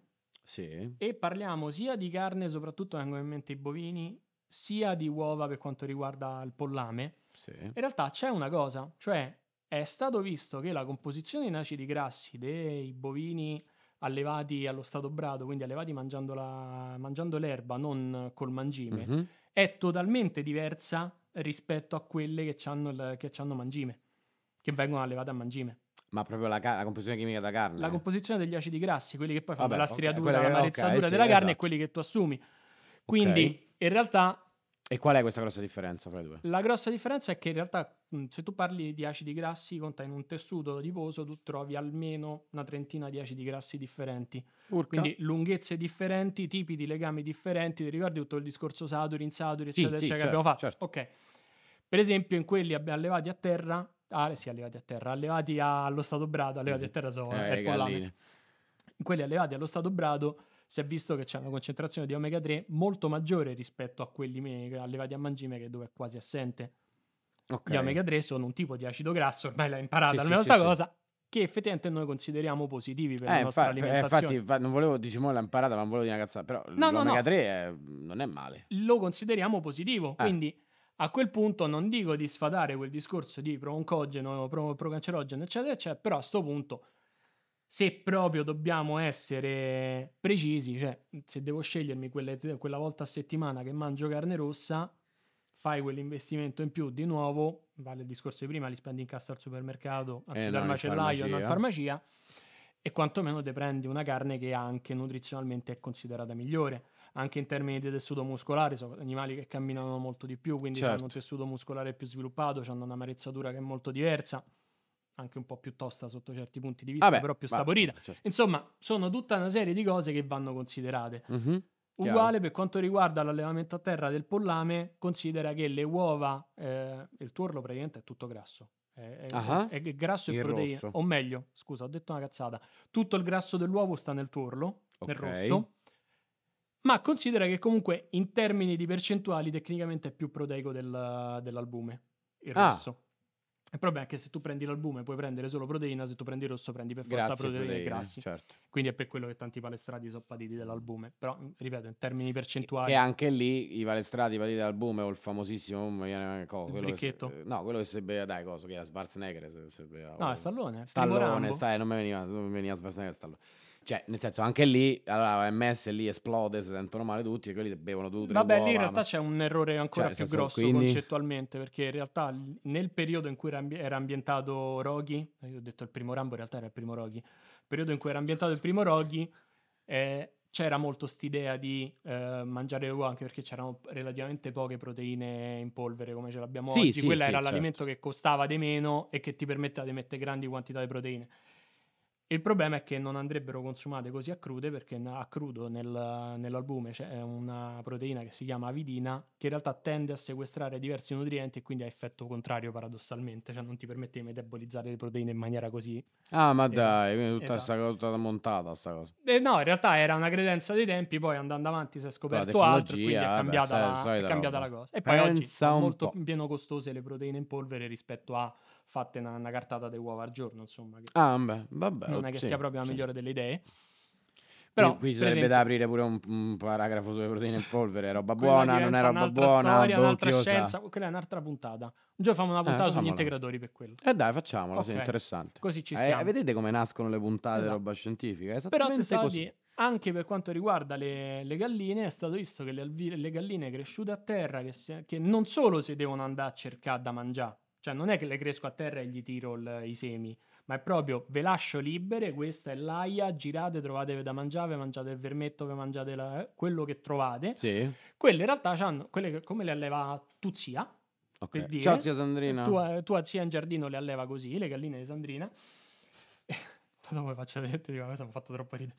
e parliamo sia di carne, soprattutto vengono in mente i bovini, sia di uova per quanto riguarda il pollame, in realtà c'è una cosa, cioè è stato visto che la composizione in acidi grassi dei bovini allevati allo stato brado, quindi allevati mangiando l'erba, non col mangime, è totalmente diversa rispetto a quelle che hanno mangime, che vengono allevate a mangime. Ma proprio la composizione chimica della carne? La composizione degli acidi grassi, quelli che poi fanno la striatura, la marezzatura della carne, e quelli che tu assumi. Quindi, in realtà... E qual è questa grossa differenza fra i due? La grossa differenza è che in realtà se tu parli di acidi grassi, conta in un tessuto adiposo, tu trovi almeno una trentina di acidi grassi differenti. Quindi lunghezze differenti, tipi di legami differenti. Ti ricordi tutto il discorso saturi, insaturi, eccetera, eccetera, che abbiamo fatto? Certo. Ok. Per esempio in quelli allevati a terra, allevati allo stato brado, allevati a terra sono in quelli allevati allo stato brado si è visto che c'è una concentrazione di omega 3 molto maggiore rispetto a quelli allevati a mangime, che dove è quasi assente. Gli omega 3 sono un tipo di acido grasso, ormai l'hai imparata almeno questa cosa, che effettivamente noi consideriamo positivi per la nostra alimentazione. Infatti non volevo, diciamo, l'ho imparata, ma non volevo dire una cazzata, però l'omega 3 non è male. Lo consideriamo positivo, quindi a quel punto non dico di sfatare quel discorso di pro-oncogeno, pro-cancerogeno, eccetera, eccetera, però a sto punto, se proprio dobbiamo essere precisi, cioè se devo scegliermi quella volta a settimana che mangio carne rossa, fai quell'investimento in più di nuovo, vale il discorso di prima, li spendi in cassa al supermercato, anzi dal macellaio, non in farmacia, e quantomeno te prendi una carne che anche nutrizionalmente è considerata migliore, anche in termini di tessuto muscolare. Sono animali che camminano molto di più, quindi hanno un tessuto muscolare più sviluppato, hanno una marezzatura che è molto diversa, anche un po' più tosta sotto certi punti di vista, però più saporita. Insomma, sono tutta una serie di cose che vanno considerate. Uguale per quanto riguarda l'allevamento a terra del pollame, considera che le uova, il tuorlo praticamente è tutto grasso. È grasso e proteine. O meglio, scusa, ho detto una cazzata. Tutto il grasso dell'uovo sta nel tuorlo, nel rosso. Ma considera che comunque in termini di percentuali tecnicamente è più proteico dell'albume, il rosso. Il problema è che se tu prendi l'albume puoi prendere solo proteina, se tu prendi il rosso prendi per forza proteine e grassi. Certo. Quindi è per quello che tanti palestrati sono patiti dell'albume. Però, ripeto, in termini percentuali... E anche lì i palestrati patiti dell'albume o il famosissimo... quello che si beve, dai, che era Schwarzenegger. No, è Stallone. Non mi veniva Schwarzenegger, Stallone. Cioè, nel senso, anche lì, allora l'OMS lì esplode, si sentono male tutti e quelli bevono 2 o 3 Vabbè, uova, lì in realtà c'è un errore ancora più grosso concettualmente, perché in realtà nel periodo in cui era ambientato Rocky, io ho detto il primo Rambo, in realtà era il primo Rocky, il periodo in cui era ambientato il primo Rocky, c'era molto st'idea di mangiare le uova, anche perché c'erano relativamente poche proteine in polvere come ce l'abbiamo oggi. Quella era l'alimento che costava di meno e che ti permetteva di mettere grandi quantità di proteine. Il problema è che non andrebbero consumate così a crude, perché a crudo nell'albume c'è una proteina che si chiama avidina, che in realtà tende a sequestrare diversi nutrienti e quindi ha effetto contrario paradossalmente, cioè non ti permette di metabolizzare le proteine in maniera così. Ah, ma dai, quindi tutta questa cosa montata, sta cosa. No, in realtà era una credenza dei tempi, poi andando avanti si è scoperto altro, quindi è cambiata la cosa. E poi oggi sono molto meno costose le proteine in polvere rispetto a fatte una cartata di uova al giorno, insomma. Che vabbè, non è che sia proprio la migliore delle idee. Però qui sarebbe da aprire pure un paragrafo sulle proteine in polvere, roba buona, non è roba buona, storia, un'altra scienza, quella è un'altra puntata. Un giorno facciamo una puntata sugli integratori per quello. Dai, facciamola, sì, interessante. Così ci stiamo. Vedete come nascono le puntate di roba scientifica? Però così. Anche per quanto riguarda le galline, è stato visto che le galline cresciute a terra, che non solo si devono andare a cercare da mangiare, cioè non è che le cresco a terra e gli tiro i semi, ma è proprio ve lascio libere, questa è l'aia, girate, trovatevi da mangiare, vi mangiate il vermetto, vi mangiate quello che trovate. Sì. Quelle in realtà hanno quelle come le alleva tu zia. Okay. Per dire. Ciao zia Sandrina. Tua zia in giardino le alleva così, le galline di Sandrina. Dopo faccio vedere, questo mi ha fatto troppo ridere.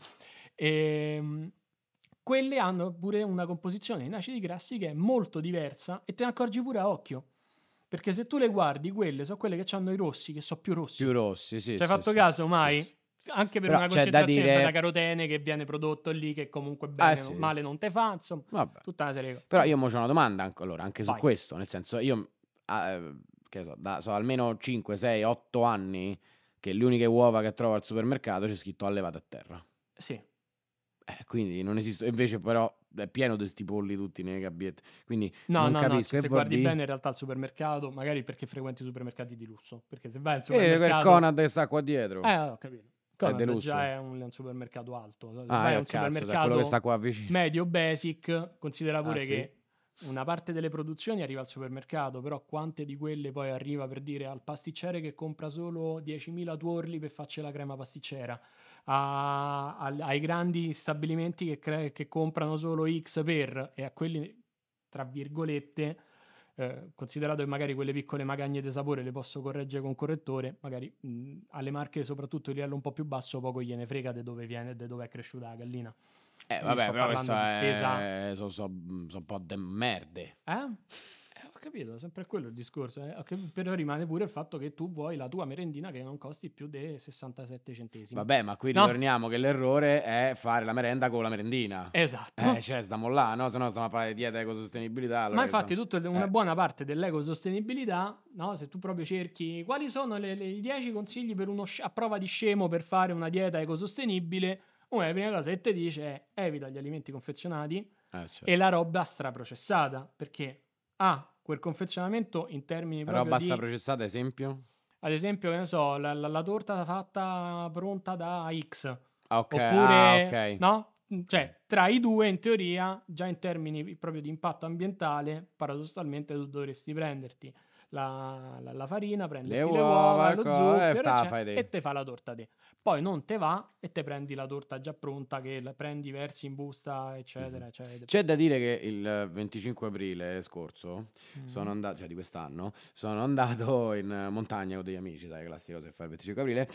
Quelle hanno pure una composizione in acidi grassi che è molto diversa e te ne accorgi pure a occhio. Perché se tu le guardi, quelle sono quelle che hanno i rossi, che sono più rossi. Più rossi, sì. Ci hai fatto caso mai? Sì. Anche per una concentrazione di beta-carotene che viene prodotto lì, che comunque bene male non te fa, insomma, tutta una serie di cose. Però io mo c'ho una domanda anche su questo, nel senso, io che so almeno 5, 6, 8 anni che le uniche uova che trovo al supermercato c'è scritto allevate a terra. Sì. Quindi non esiste, invece però è pieno di questi polli tutti nei gabietti, quindi non capisco. No, se guardi bene in realtà al supermercato, magari perché frequenti supermercati di lusso, perché se vai al supermercato... quel Conad che sta qua dietro. Ho capito. Conad è di lusso. Già è un supermercato alto. Se vai a un supermercato quello che sta qua vicino. Medio basic, considera pure che una parte delle produzioni arriva al supermercato, però quante di quelle poi arriva, per dire, al pasticcere che compra solo 10.000 tuorli per farci la crema pasticcera, ai grandi stabilimenti che comprano solo X per, e a quelli, tra virgolette, considerato che magari quelle piccole magagne di sapore le posso correggere con correttore, magari alle marche soprattutto di livello un po' più basso poco gliene frega di dove è cresciuta la gallina. Vabbè, però questa sono un po' de merde. Ho capito, sempre quello il discorso. Però rimane pure il fatto che tu vuoi la tua merendina che non costi più di 67 centesimi. Vabbè, ma qui ritorniamo che l'errore è fare la merenda con la merendina. Esatto. Stiamo là, no? Se no stiamo a parlare di dieta ecosostenibilità. Allora ma infatti una buona parte dell'ecosostenibilità, no? Se tu proprio cerchi quali sono i 10 consigli per a prova di scemo per fare una dieta ecosostenibile, una delle prime cose che ti dice è evita gli alimenti confezionati e la roba straprocessata, perché quel confezionamento in termini proprio roba straprocessata, esempio? Ad esempio, che ne so, la torta fatta pronta da X. Oppure, no? Cioè, tra i due, in teoria, già in termini proprio di impatto ambientale, paradossalmente tu dovresti prenderti la farina, prenderti le uova, lo zucchero, e te fa la torta te. Poi non te va e te prendi la torta già pronta che la prendi, versi in busta, eccetera, eccetera. C'è da dire che il 25 aprile scorso sono andato, cioè di quest'anno, sono andato in montagna con degli amici, sai, classica cosa che fa il 25 aprile,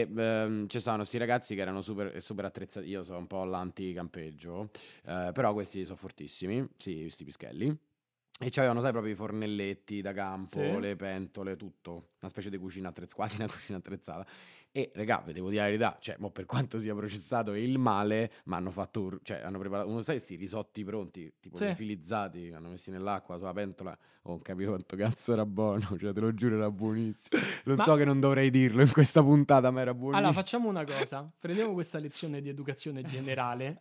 e ci stavano sti ragazzi che erano super attrezzati. Io sono un po' l'anti-campeggio, però questi sono fortissimi, sì, questi pischelli. E c'avevano, sai, proprio i fornelletti da campo, le pentole, tutto. Una specie di cucina quasi una cucina attrezzata. E, regà, vi devo dire la verità, cioè, per quanto sia processato il male, ma hanno fatto, cioè, hanno preparato, sai, questi risotti pronti, tipo liofilizzati, hanno messi nell'acqua sulla pentola. Non capivo quanto cazzo era buono, cioè, te lo giuro, era buonissimo. So che non dovrei dirlo in questa puntata, ma era buonissimo. Allora, facciamo una cosa, prendiamo questa lezione di educazione generale.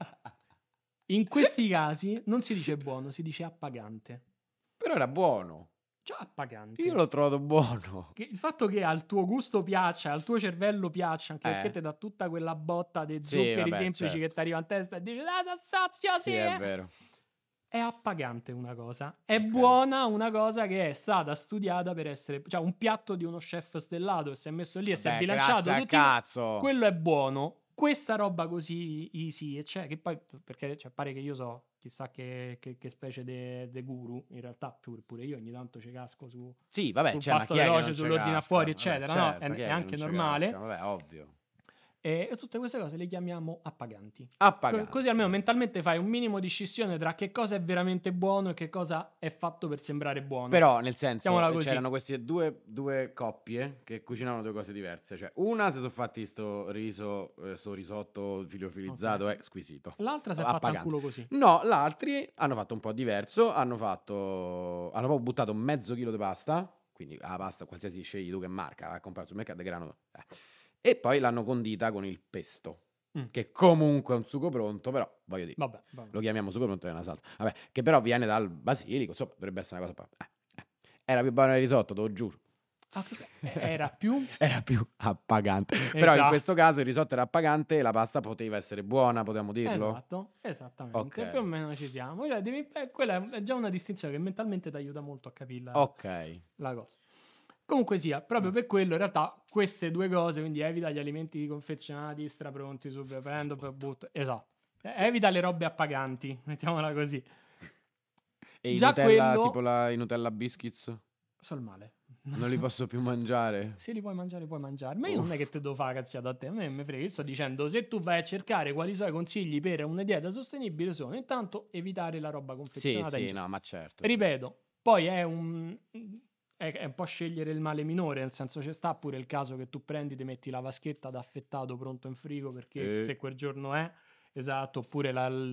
In questi casi non si dice buono, si dice appagante. Però era buono. Già appagante. Io l'ho trovato buono. Il fatto che al tuo gusto piaccia, al tuo cervello piaccia, anche perché ti dà tutta quella botta di zuccheri semplici che ti arriva in testa e dici sazio, sì, è vero. È appagante una cosa. È buona una cosa che è stata studiata per essere, cioè un piatto di uno chef stellato che si è messo lì e si è bilanciato tutti. Cazzo. Quello è buono. Questa roba così easy, che poi, perché pare che io so chissà che specie de guru, in realtà pure io ogni tanto ci casco su c'è pasto veloce, sull'ordine a fuori, eccetera, no? È anche normale. Vabbè, ovvio. E tutte queste cose le chiamiamo appaganti. Appaganti. Così almeno mentalmente fai un minimo di scissione tra che cosa è veramente buono e che cosa è fatto per sembrare buono. Però, nel senso, c'erano queste due coppie che cucinavano due cose diverse. Cioè, una si sono fatti sto risotto filiofilizzato, è squisito. L'altra si è fatta al culo così. No, gli altri hanno fatto un po' diverso. Hanno proprio buttato mezzo chilo di pasta. Quindi la pasta, qualsiasi scegli tu che marca, la comprato sul mercato di grano. E poi l'hanno condita con il pesto, che comunque è un sugo pronto, però voglio dire, vabbè. lo chiamiamo sugo pronto, è una salsa. Vabbè, che però viene dal basilico, insomma, dovrebbe essere una cosa. Era più buono del risotto, te lo giuro. Era più appagante. Esatto. Però in questo caso il risotto era appagante e la pasta poteva essere buona, potevamo dirlo? Esatto, esattamente. Okay. Più o meno ci siamo. Quella è già una distinzione che mentalmente ti aiuta molto a capire la cosa. Comunque sia, proprio per quello in realtà queste due cose, quindi evita gli alimenti confezionati, strapronti, subito prendo, poi butto. Esatto. Evita le robe appaganti, mettiamola così. E già tipo i Nutella Biscuits? Sono male. Non li posso più mangiare? Se li puoi mangiare. Ma io non è che te devo fare cazziata a te. A me mi frega. Io sto dicendo, se tu vai a cercare quali sono i consigli per una dieta sostenibile, sono intanto evitare la roba confezionata. Sì, no, ma certo. Ripeto, poi è un po' scegliere il male minore, nel senso c'è sta pure il caso che tu prendi, ti metti la vaschetta da affettato pronto in frigo perché se quel giorno è, esatto, oppure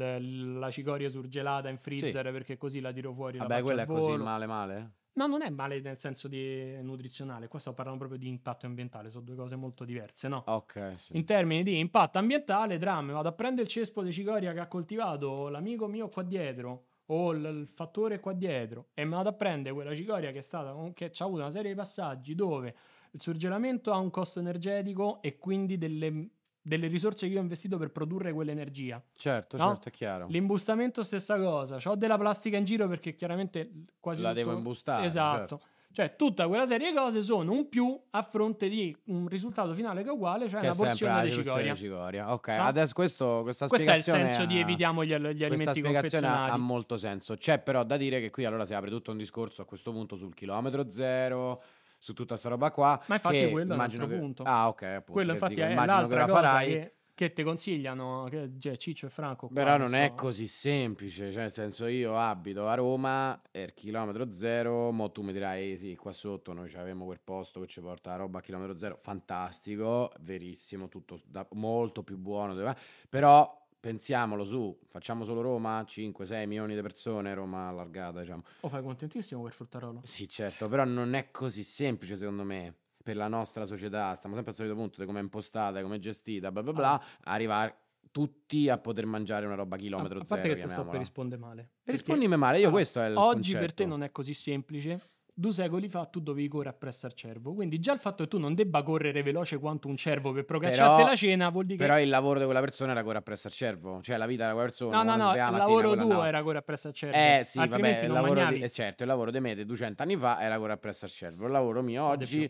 la cicoria surgelata in freezer perché così la tiro fuori. Vabbè, quella è così male? No, non è male nel senso di nutrizionale, qua stiamo parlando proprio di impatto ambientale, sono due cose molto diverse, no? Ok, sì. In termini di impatto ambientale, mi vado a prendere il cespo di cicoria che ha coltivato l'amico mio qua dietro, o il fattore qua dietro, e mi vado a prendere quella cicoria che ha avuto una serie di passaggi dove il surgelamento ha un costo energetico e quindi delle risorse che io ho investito per produrre quell'energia. Certo, è chiaro. L'imbustamento stessa cosa, c'ho della plastica in giro perché chiaramente quasi la devo imbustare. Esatto. Certo. Cioè tutta quella serie di cose sono un più a fronte di un risultato finale che è uguale, cioè una porzione di cicoria. Ok, adesso questa spiegazione... Questo è il senso di evitiamo gli alimenti confezionati. Questa spiegazione ha molto senso. C'è però da dire che qui allora si apre tutto un discorso a questo punto sul chilometro zero, su tutta sta roba qua. Ma infatti quello è un altro punto. Ok, appunto. Quello infatti è l'altra cosa che ti consigliano, Ciccio e Franco. Però non è così semplice, cioè nel senso io abito a Roma, è chilometro zero, mo tu mi dirai sì, qua sotto noi avevamo quel posto che ci porta la roba a chilometro zero, fantastico, verissimo, tutto molto più buono, però... Pensiamolo su, facciamo solo Roma, 5-6 milioni di persone, Roma allargata, diciamo. Fai contentissimo per Fruttarolo. Sì, certo, però non è così semplice secondo me, per la nostra società, stiamo sempre al solito punto di come è impostata, come è gestita, bla bla bla, arrivare tutti a poter mangiare una roba chilometro zero, a parte che ti sto per rispondere male. Rispondimi male, questo è il oggi concetto. Per te non è così semplice. 2 secoli fa tu dovevi correre appresso al cervo, quindi già il fatto che tu non debba correre veloce quanto un cervo per procacciarti la cena vuol dire però il lavoro di quella persona era correre appresso al cervo, cioè la vita di quella persona no, il lavoro tuo era correre appresso al cervo, sì, altrimenti non mangiavi. Certo, il lavoro di me di 200 anni fa era correre appresso al cervo, il lavoro mio oggi,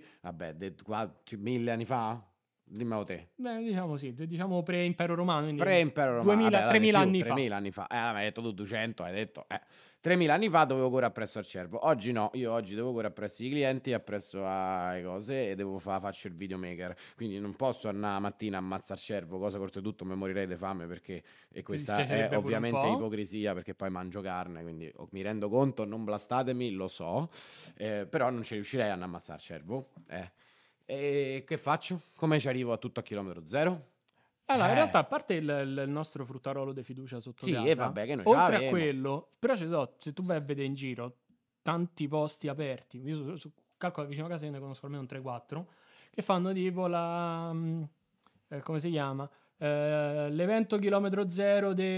1000 anni fa? Dimmelo te. Diciamo pre-impero romano, pre-impero romano, 3000 anni fa. 3000 anni fa. Hai detto tu 200, hai detto 3000 anni fa dovevo correre appresso al cervo. Oggi no, io oggi devo correre appresso ai clienti, appresso alle cose e faccio il videomaker. Quindi non posso andare la mattina a ammazzare il cervo, cosa che oltretutto mi morirei di fame perché questa è ovviamente ipocrisia perché poi mangio carne, quindi mi rendo conto, non blastatemi, lo so, però non ci riuscirei a ammazzare il cervo. E che faccio? Come ci arrivo a tutto a chilometro zero? Allora, in realtà, a parte il nostro fruttarolo di fiducia sotto casa, vabbè, che noi oltre a quello, però se tu vai a vedere in giro tanti posti aperti, io calcolo vicino a casa io ne conosco almeno 3-4, che fanno tipo come si chiama? L'evento chilometro zero dei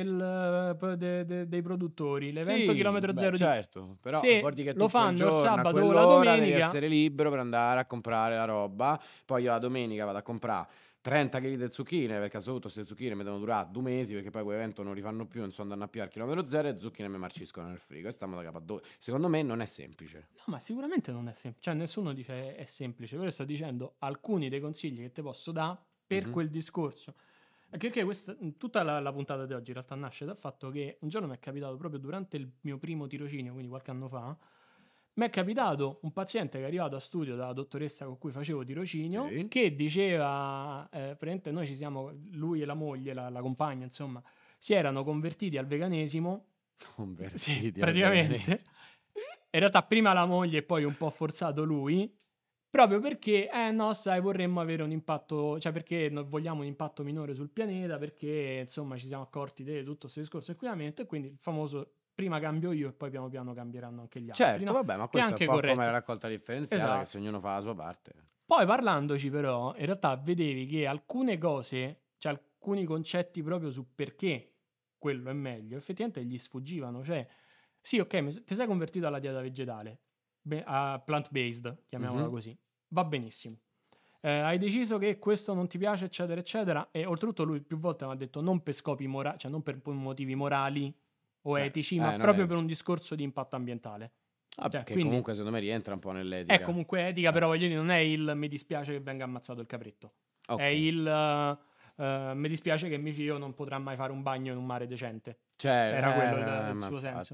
produttori, l'evento chilometro zero certo, però se guardi che lo fanno giorno, il sabato o la domenica devi essere libero per andare a comprare la roba, poi io la domenica vado a comprare 30 kg di zucchine, perché a questo punto queste zucchine mi devono durare 2 mesi, perché poi quell'evento non li fanno più, non so andare a piare chilometro zero e zucchine mi marciscono nel frigo e stiamo da capo a dove. Secondo me non è semplice. No, ma sicuramente non è semplice, cioè nessuno dice è semplice, però sto dicendo alcuni dei consigli che ti posso dare per quel discorso. Anche perché tutta la puntata di oggi in realtà nasce dal fatto che un giorno mi è capitato proprio durante il mio primo tirocinio, quindi qualche anno fa, mi è capitato un paziente che è arrivato a studio dalla dottoressa con cui facevo tirocinio, Sì. che diceva, praticamente noi lui e la moglie, la compagna, insomma, si erano convertiti al veganesimo. Convertiti praticamente. al veganesimo. In realtà prima la moglie e poi un po' forzato lui, proprio perché, no, sai, vorremmo avere un impatto, cioè perché vogliamo un impatto minore sul pianeta, perché, insomma, ci siamo accorti di tutto questo discorso di inquinamento, e quindi il famoso prima cambio io e poi piano piano cambieranno anche gli altri. Certo, no? Vabbè, ma questo è un po' come la raccolta differenziata, esatto. Che se ognuno fa la sua parte. Poi parlandoci però, in realtà vedevi che alcune cose, cioè alcuni concetti proprio su perché quello è meglio, effettivamente gli sfuggivano. Cioè, sì, ok, ti sei convertito alla dieta vegetale, a plant-based, chiamiamola così, va benissimo. Hai deciso che questo non ti piace, eccetera, eccetera, e oltretutto lui più volte mi ha detto non per scopi morali, cioè non per motivi morali o etici, ma proprio per un discorso di impatto ambientale. Cioè, che quindi, comunque secondo me rientra un po' nell'etica. È comunque etica, però voglio dire, non è il mi dispiace che venga ammazzato il capretto. Okay. È il mi dispiace che mio figlio non potrà mai fare un bagno in un mare decente. Era quello il suo senso.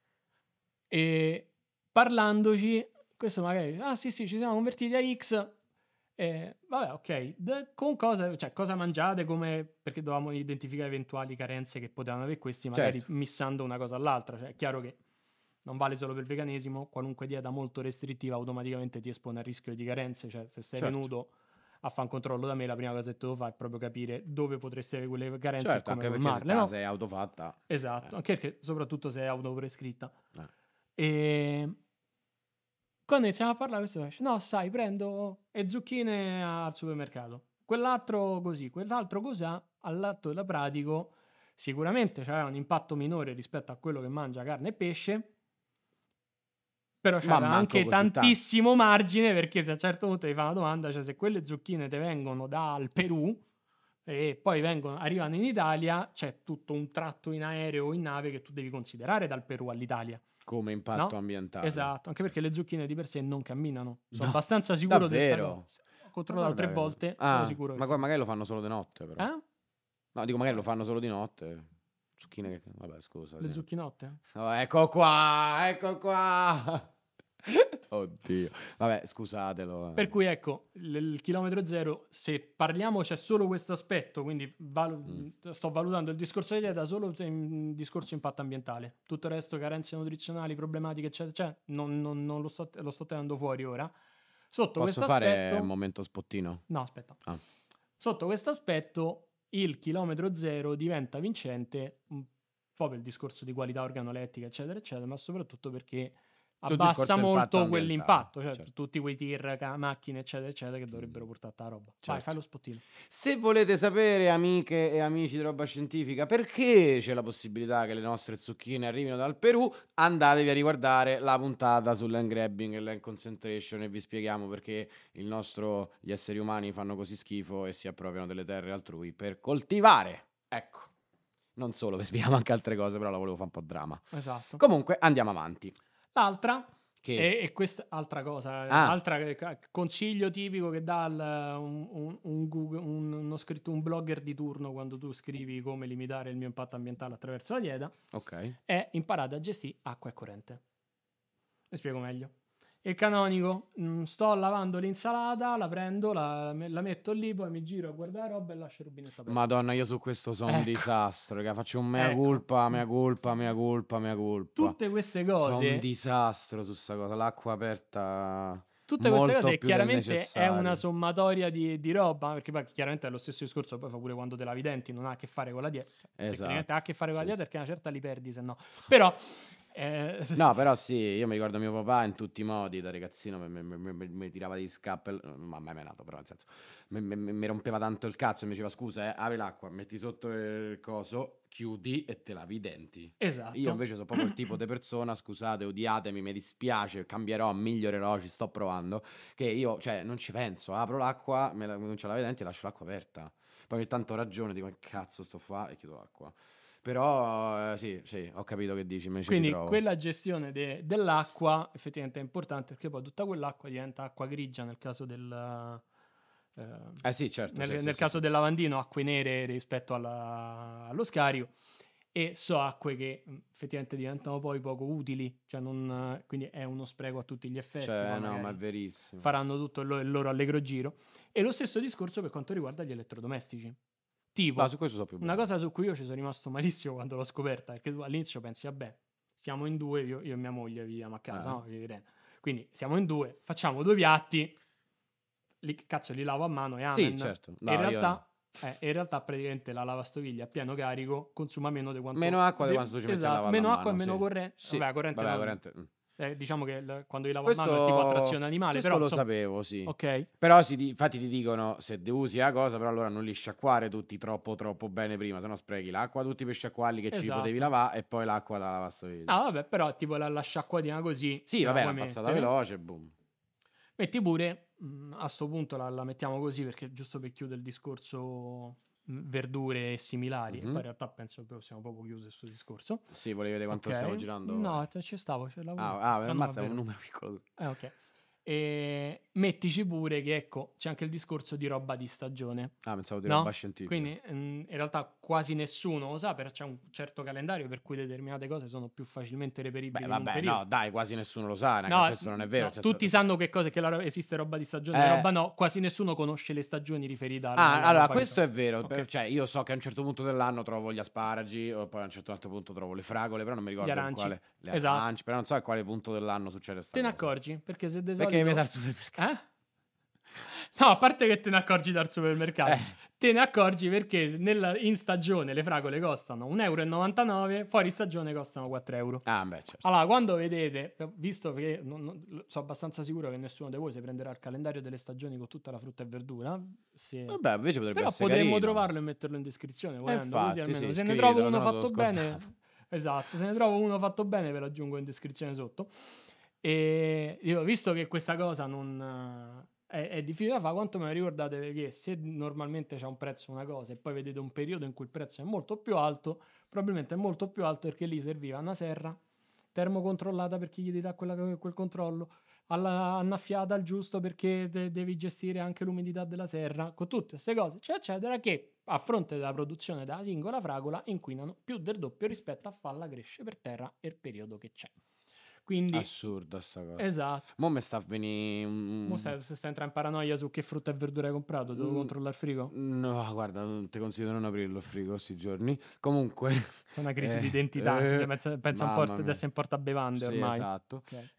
E parlandoci, questo magari, sì, ci siamo convertiti a X. Vabbè, ok. Con cosa mangiate, perché dovevamo identificare eventuali carenze che potevano avere questi, magari missando una cosa all'altra. Cioè, è chiaro che non vale solo per il veganesimo, qualunque dieta molto restrittiva automaticamente ti espone al rischio di carenze. Cioè, se sei venuto a fare un controllo da me, la prima cosa che devo fare è proprio capire dove potresti avere quelle carenze e come colmarle. Perché se sei autofatta. Esatto, anche perché soprattutto se è autoprescritta. E quando iniziamo a parlare, questo dice, no, sai, prendo le zucchine al supermercato, quell'altro così, quell'altro cos'ha, all'atto della pratico sicuramente c'aveva un impatto minore rispetto a quello che mangia carne e pesce, però c'era anche tantissimo margine, perché se a un certo punto ti fa una domanda, cioè se quelle zucchine te vengono dal Perù e poi arrivano in Italia, c'è tutto un tratto in aereo o in nave che tu devi considerare dal Perù all'Italia come impatto ambientale. Esatto, anche perché le zucchine di per sé non camminano. Sono abbastanza sicuro di davvero? Ho controllato 3 volte, sono sicuro ma magari lo fanno solo di notte, però. No, dico magari lo fanno solo di notte. Zucchine che... Vabbè, scusa. Le zucchinotte? Oh, ecco qua! Oddio. Vabbè, scusatelo. Per cui ecco, il chilometro zero, se parliamo c'è solo questo aspetto, quindi sto valutando il discorso di dieta solo in discorso impatto ambientale. Tutto il resto, carenze nutrizionali, problematiche, eccetera, non lo sto tenendo fuori ora. Posso fare un momento spottino? No, aspetta. Sotto questo aspetto, il chilometro zero diventa vincente un po' per il discorso di qualità organolettica, eccetera, eccetera, ma soprattutto perché abbassa molto quell'impatto, cioè tutti quei tir, macchine, eccetera, eccetera, che dovrebbero portare a roba. Vai, fai lo spottino. Se volete sapere, amiche e amici di Roba Scientifica, perché c'è la possibilità che le nostre zucchine arrivino dal Perù, andatevi a riguardare la puntata sul land grabbing e land concentration e vi spieghiamo perché gli esseri umani fanno così schifo e si appropriano delle terre altrui per coltivare. Ecco. Non solo, vi spieghiamo anche altre cose, però la volevo fare un po' drama. Esatto. Comunque, andiamo avanti. L'altra, e questa altra cosa, altra consiglio tipico che dà un blogger di turno quando tu scrivi come limitare il mio impatto ambientale attraverso la dieta, è imparate a gestire acqua e corrente. Vi spiego meglio. Il canonico, sto lavando l'insalata, la prendo, la metto lì, poi mi giro a guardare roba e lascio il rubinetto aperto. Madonna, io su questo sono un disastro, raga. Faccio un mea culpa. Tutte queste cose. Sono un disastro su sta cosa, l'acqua aperta. Tutte queste cose chiaramente è una sommatoria di roba, perché poi chiaramente è lo stesso discorso, poi fa pure quando te lavi i denti, non ha a che fare con la dieta. Esatto. Ha a che fare con la dieta perché una certa li perdi, se no. Però... No, però sì, io mi ricordo mio papà in tutti i modi da ragazzino mi tirava di scappel, ma mai menato, però nel senso mi rompeva tanto il cazzo e mi diceva scusa, apri l'acqua, metti sotto il coso, chiudi e te lavi i denti. Esatto. Io invece sono proprio il tipo di persona, scusate, odiatemi, mi dispiace, cambierò, migliorerò, ci sto provando, che io, cioè, non ci penso, apro l'acqua, comincio a lavare i denti e lascio l'acqua aperta. Poi ogni tanto ho ragione, dico che cazzo sto a fare e chiudo l'acqua. Però sì, ho capito che dici. Quindi quella gestione dell'acqua effettivamente è importante, perché poi tutta quell'acqua diventa acqua grigia nel caso del... sì, certo. Nel caso del lavandino, acque nere rispetto allo scario. e so acque che effettivamente diventano poi poco utili, cioè quindi è uno spreco a tutti gli effetti. Cioè, no, ma è verissimo. Faranno tutto il loro allegro giro. E lo stesso discorso per quanto riguarda gli elettrodomestici. Tipo, su questo so più una cosa su cui io ci sono rimasto malissimo quando l'ho scoperta, perché tu all'inizio pensi, vabbè, siamo in due, io e mia moglie viviamo a casa, no? Quindi siamo in due, facciamo 2 piatti, li lavo a mano e amen. Sì, certo. No, in realtà praticamente la lavastoviglie a pieno carico consuma meno di quanto... Meno acqua di quanto ci metti a lavare meno a acqua mano, e meno sì. corrente. Sì. Vabbè, corrente. Diciamo che quando li lavo a mano è tipo a trazione animale. Questo però, lo sapevo, sì. Ok. Però infatti ti dicono, se usi la cosa, però allora non li sciacquare tutti troppo bene prima, sennò sprechi l'acqua tutti per sciacquarli che ci potevi lavare e poi l'acqua da lavastoviglie. Ah, vabbè, però tipo la sciacquatina così... Sì, vabbè, una passata veloce, boom. Metti pure, a sto punto la mettiamo così perché giusto per chiudere il discorso verdure e similari, e poi in realtà penso che siamo proprio chiusi questo discorso. Sì, volevi vedere quanto stiamo girando? No, ci stavo, ce l'avevo. Ammazza, è un numero piccolo. Ok. E mettici pure che ecco c'è anche il discorso di roba di stagione. Pensavo di roba scientifica. Quindi in realtà quasi nessuno lo sa, perché c'è un certo calendario per cui determinate cose sono più facilmente reperibili. No, dai, quasi nessuno lo sa, questo non è vero. No, tutti sanno che esiste roba di stagione, roba no, quasi nessuno conosce le stagioni riferite alla allora questo è vero, okay. Cioè io so che a un certo punto dell'anno trovo gli asparagi, o poi a un certo altro punto trovo le fragole, però non mi ricordo quale. Le aranci, però non so a quale punto dell'anno succede sta cosa. Te ne accorgi? Perché se de solito... Perché mi dal supermercato? No, a parte che te ne accorgi dal supermercato, te ne accorgi perché in stagione le fragole costano 1,99 €, fuori stagione costano 4 €. Beh, certo. Allora, quando vedete, visto che sono abbastanza sicuro che nessuno di voi si prenderà il calendario delle stagioni con tutta la frutta e verdura, vabbè, invece potrebbe però essere potremmo carino. trovarlo e metterlo in descrizione, volendo, infatti, così almeno sì, se ne trovo uno fatto bene. Esatto, se ne trovo uno fatto bene ve lo aggiungo in descrizione sotto. E io, visto che questa cosa non è difficile da fare, quantomeno ricordatevi che se normalmente c'è un prezzo una cosa e poi vedete un periodo in cui il prezzo è molto più alto, probabilmente è molto più alto perché lì serviva una serra termocontrollata per chi gli dà quel controllo, annaffiata al giusto perché devi gestire anche l'umidità della serra, con tutte queste cose eccetera, che a fronte della produzione della singola fragola inquinano più del doppio rispetto a farla crescere per terra e il periodo che c'è. Quindi assurda sta cosa. Esatto. Mo' mi sta a venire Mo' stai entrando in paranoia su che frutta e verdura hai comprato. Devo controllare il frigo? No, guarda, non ti consiglio di non aprirlo il frigo questi giorni. Comunque c'è una crisi di identità. Pensa un po' adesso in portabevande ormai. Sì, esatto.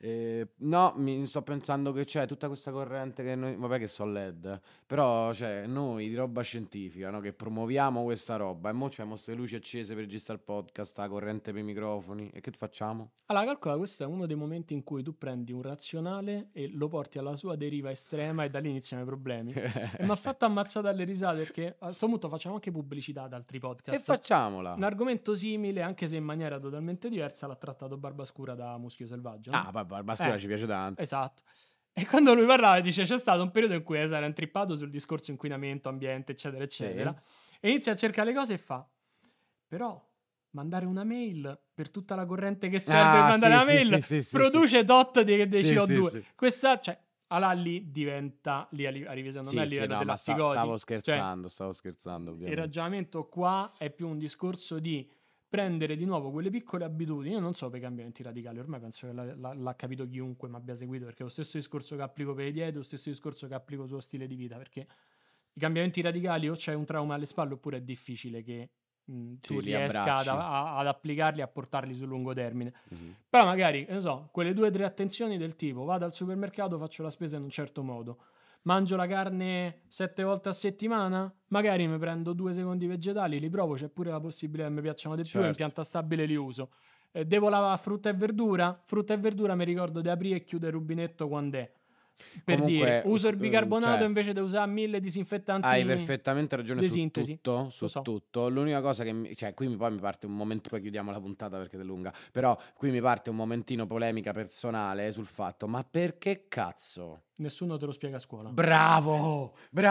No, mi sto pensando che c'è tutta questa corrente che noi, vabbè che so LED, però noi di roba scientifica, no, che promuoviamo questa roba e mo c'è queste luci accese per registrare il podcast, la corrente per i microfoni, e che facciamo? Allora, calcola, questo è uno dei momenti in cui tu prendi un razionale e lo porti alla sua deriva estrema e da lì iniziano i problemi. E mi ha fatto ammazzare dalle risate perché a questo punto facciamo anche pubblicità ad altri podcast. E facciamola. Un argomento simile, anche se in maniera totalmente diversa, l'ha trattato Barbascura da Muschio Selvaggio. No? Barbascura ci piace tanto. Esatto. E quando lui parlava dice c'è stato un periodo in cui era intrippato sul discorso inquinamento, ambiente, eccetera, eccetera. Sì. E inizia a cercare le cose e fa, però mandare una mail per tutta la corrente che serve per mandare una mail produce tot di CO2. Sì. Questa, allora lì diventa, lì arrivi secondo me a livello della psicosi. Stavo scherzando ovviamente. Il ragionamento qua è più un discorso di prendere di nuovo quelle piccole abitudini. Io non so per i cambiamenti radicali, ormai penso che l'ha capito chiunque mi abbia seguito, perché è lo stesso discorso che applico per le diete, lo stesso discorso che applico sullo stile di vita, perché i cambiamenti radicali o c'è un trauma alle spalle oppure è difficile che tu riesca ad applicarli e a portarli sul lungo termine. Però magari, non so, quelle 2 o 3 attenzioni del tipo: vado al supermercato, faccio la spesa in un certo modo, mangio la carne 7 volte a settimana, magari mi prendo 2 secondi vegetali, li provo, c'è pure la possibilità che mi piacciono di più, in pianta stabile li uso. Devo lavare frutta e verdura mi ricordo di aprire e chiudere il rubinetto quando è. Per comunque, dire, uso il bicarbonato invece di usare 1000 disinfettanti. Hai perfettamente ragione su tutto. L'unica cosa che qui poi mi parte un momento, poi chiudiamo la puntata perché è lunga, però qui mi parte un momentino polemica personale sul fatto: ma perché cazzo nessuno te lo spiega a scuola? Bravo,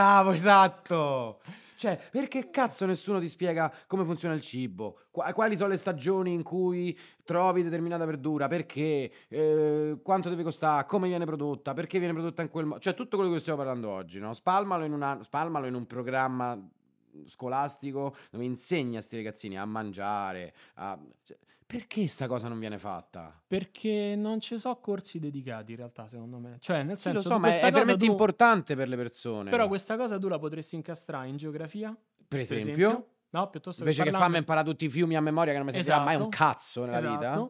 esatto. Perché cazzo nessuno ti spiega come funziona il cibo? Quali sono le stagioni in cui trovi determinata verdura? Perché? Quanto deve costare? Come viene prodotta? Perché viene prodotta in quel modo? Tutto quello che stiamo parlando oggi, no? Spalmalo in un programma scolastico dove insegni a sti ragazzini a mangiare, perché sta cosa non viene fatta? Perché non ci sono corsi dedicati in realtà, secondo me. Cioè, nel senso, lo so, ma è veramente importante per le persone. Però questa cosa tu la potresti incastrare in geografia, per esempio? No, piuttosto invece che farmi imparare tutti i fiumi a memoria che non mi servirà mai un cazzo nella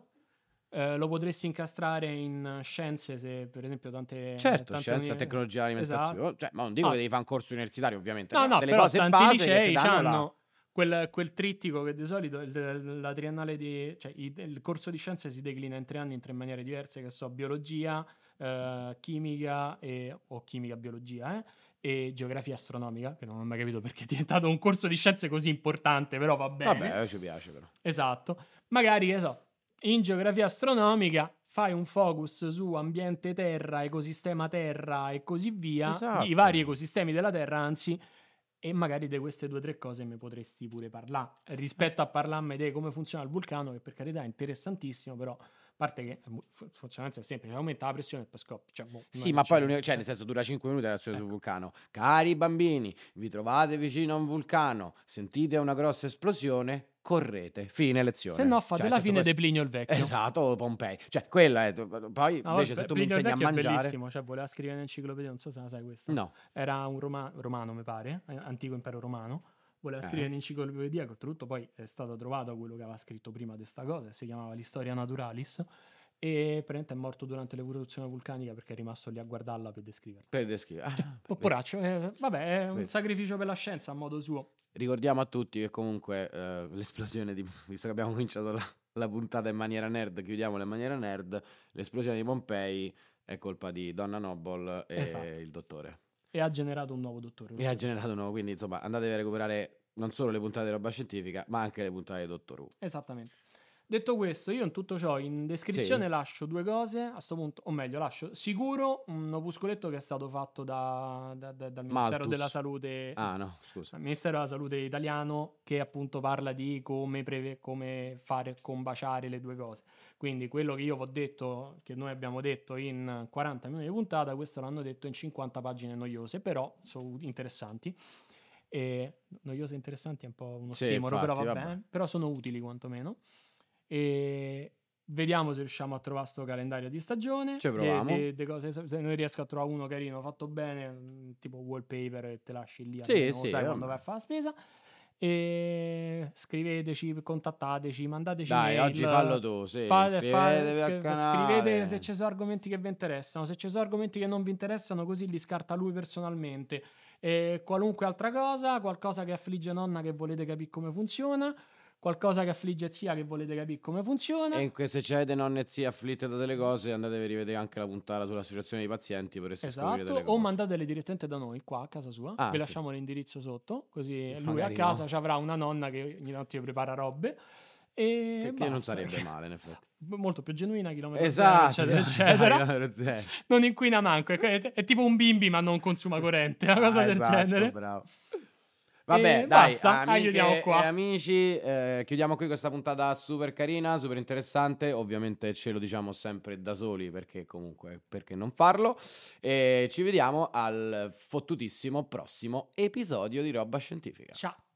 vita. Lo potresti incastrare in scienze, se per esempio tante scienza, tecnologia, alimentazione. Cioè, ma non dico che devi fare un corso universitario, ovviamente. No, delle cose tanti base licei che ti danno quel trittico che di solito la triennale il corso di scienze si declina in 3 anni in 3 maniere diverse, che so, biologia, chimica o chimica biologia, e geografia astronomica, che non ho mai capito perché è diventato un corso di scienze così importante, però va bene. Vabbè, ci piace però. Esatto. Magari, in geografia astronomica fai un focus su ambiente terra, ecosistema terra e così via, esatto. I vari ecosistemi della terra, anzi, e magari di queste 2 o 3 cose mi potresti pure parlare, rispetto a parlarmi di come funziona il vulcano, che per carità è interessantissimo, però a parte che il funzionamento è semplice, aumenta la pressione e poi scoppia. Sì, ma poi nel senso dura 5 minuti la lezione sul vulcano. Cari bambini, vi trovate vicino a un vulcano, sentite una grossa esplosione, correte, fine lezione. Se no fate la fine di Plinio il Vecchio. Esatto, Pompei. Cioè, quella è. Poi invece se tu Plinio mi insegni a mangiare. È bellissimo, cioè voleva scrivere un'enciclopedia, non so se la sai questa. No. Era un romano, mi pare, antico impero romano. Voleva scrivere un'enciclopedia, che oltretutto poi è stato trovato quello che aveva scritto prima di sta cosa, si chiamava l'Historia Naturalis, e praticamente è morto durante l'evoluzione vulcanica perché è rimasto lì a guardarla per descriverla. Poraccio, vabbè, è un sacrificio per la scienza a modo suo. Ricordiamo a tutti che comunque l'esplosione visto che abbiamo cominciato la puntata in maniera nerd, chiudiamola in maniera nerd, l'esplosione di Pompei è colpa di Donna Noble e il dottore. E ha generato un nuovo dottore. Quindi insomma andatevi a recuperare non solo le puntate di Roba Scientifica, ma anche le puntate di Dottor Who. Esattamente. Detto questo, io in tutto ciò in descrizione lascio 2 cose a sto punto, o meglio lascio sicuro un opuscoletto che è stato fatto dal Ministero della Salute. Scusa. Ministero della Salute italiano, che appunto parla di come fare combaciare le 2 cose. Quindi quello che io vi ho detto, che noi abbiamo detto in 40 minuti di puntata, questo l'hanno detto in 50 pagine noiose, però sono interessanti. Noiose e interessanti è un po' uno ossimoro, però vabbè, però sono utili quantomeno. E vediamo se riusciamo a trovare sto calendario di stagione. Ci proviamo. Cose, se non riesco a trovare uno carino fatto bene, tipo wallpaper, e te lasci lì, sai quando vai a fare la spesa. E scriveteci, contattateci, mandateci dai, mail. Oggi fallo tu, scrivete se ci sono argomenti che vi interessano, se ci sono argomenti che non vi interessano, così li scarta lui personalmente. E qualunque altra cosa, qualcosa che affligge nonna che volete capire come funziona, qualcosa che affligge zia che volete capire come funziona. E se c'è nonne e zie afflitte da delle cose, andatevi a rivedere anche la puntata sull'associazione dei pazienti, potreste scoprire delle cose. O mandatele direttamente da noi qua a casa sua, vi lasciamo l'indirizzo sotto, così lui magari a casa ci avrà una nonna che ogni notte prepara robe. E che non sarebbe male, in effetti. Molto più genuina, eccetera. Non inquina manco, è tipo un bimbi ma non consuma corrente, una cosa del genere. Bravo. Vabbè, dai, chiudiamo qua. Amici, chiudiamo qui questa puntata super carina, super interessante. Ovviamente ce lo diciamo sempre da soli, perché comunque, perché non farlo? E ci vediamo al fottutissimo prossimo episodio di Roba Scientifica. Ciao.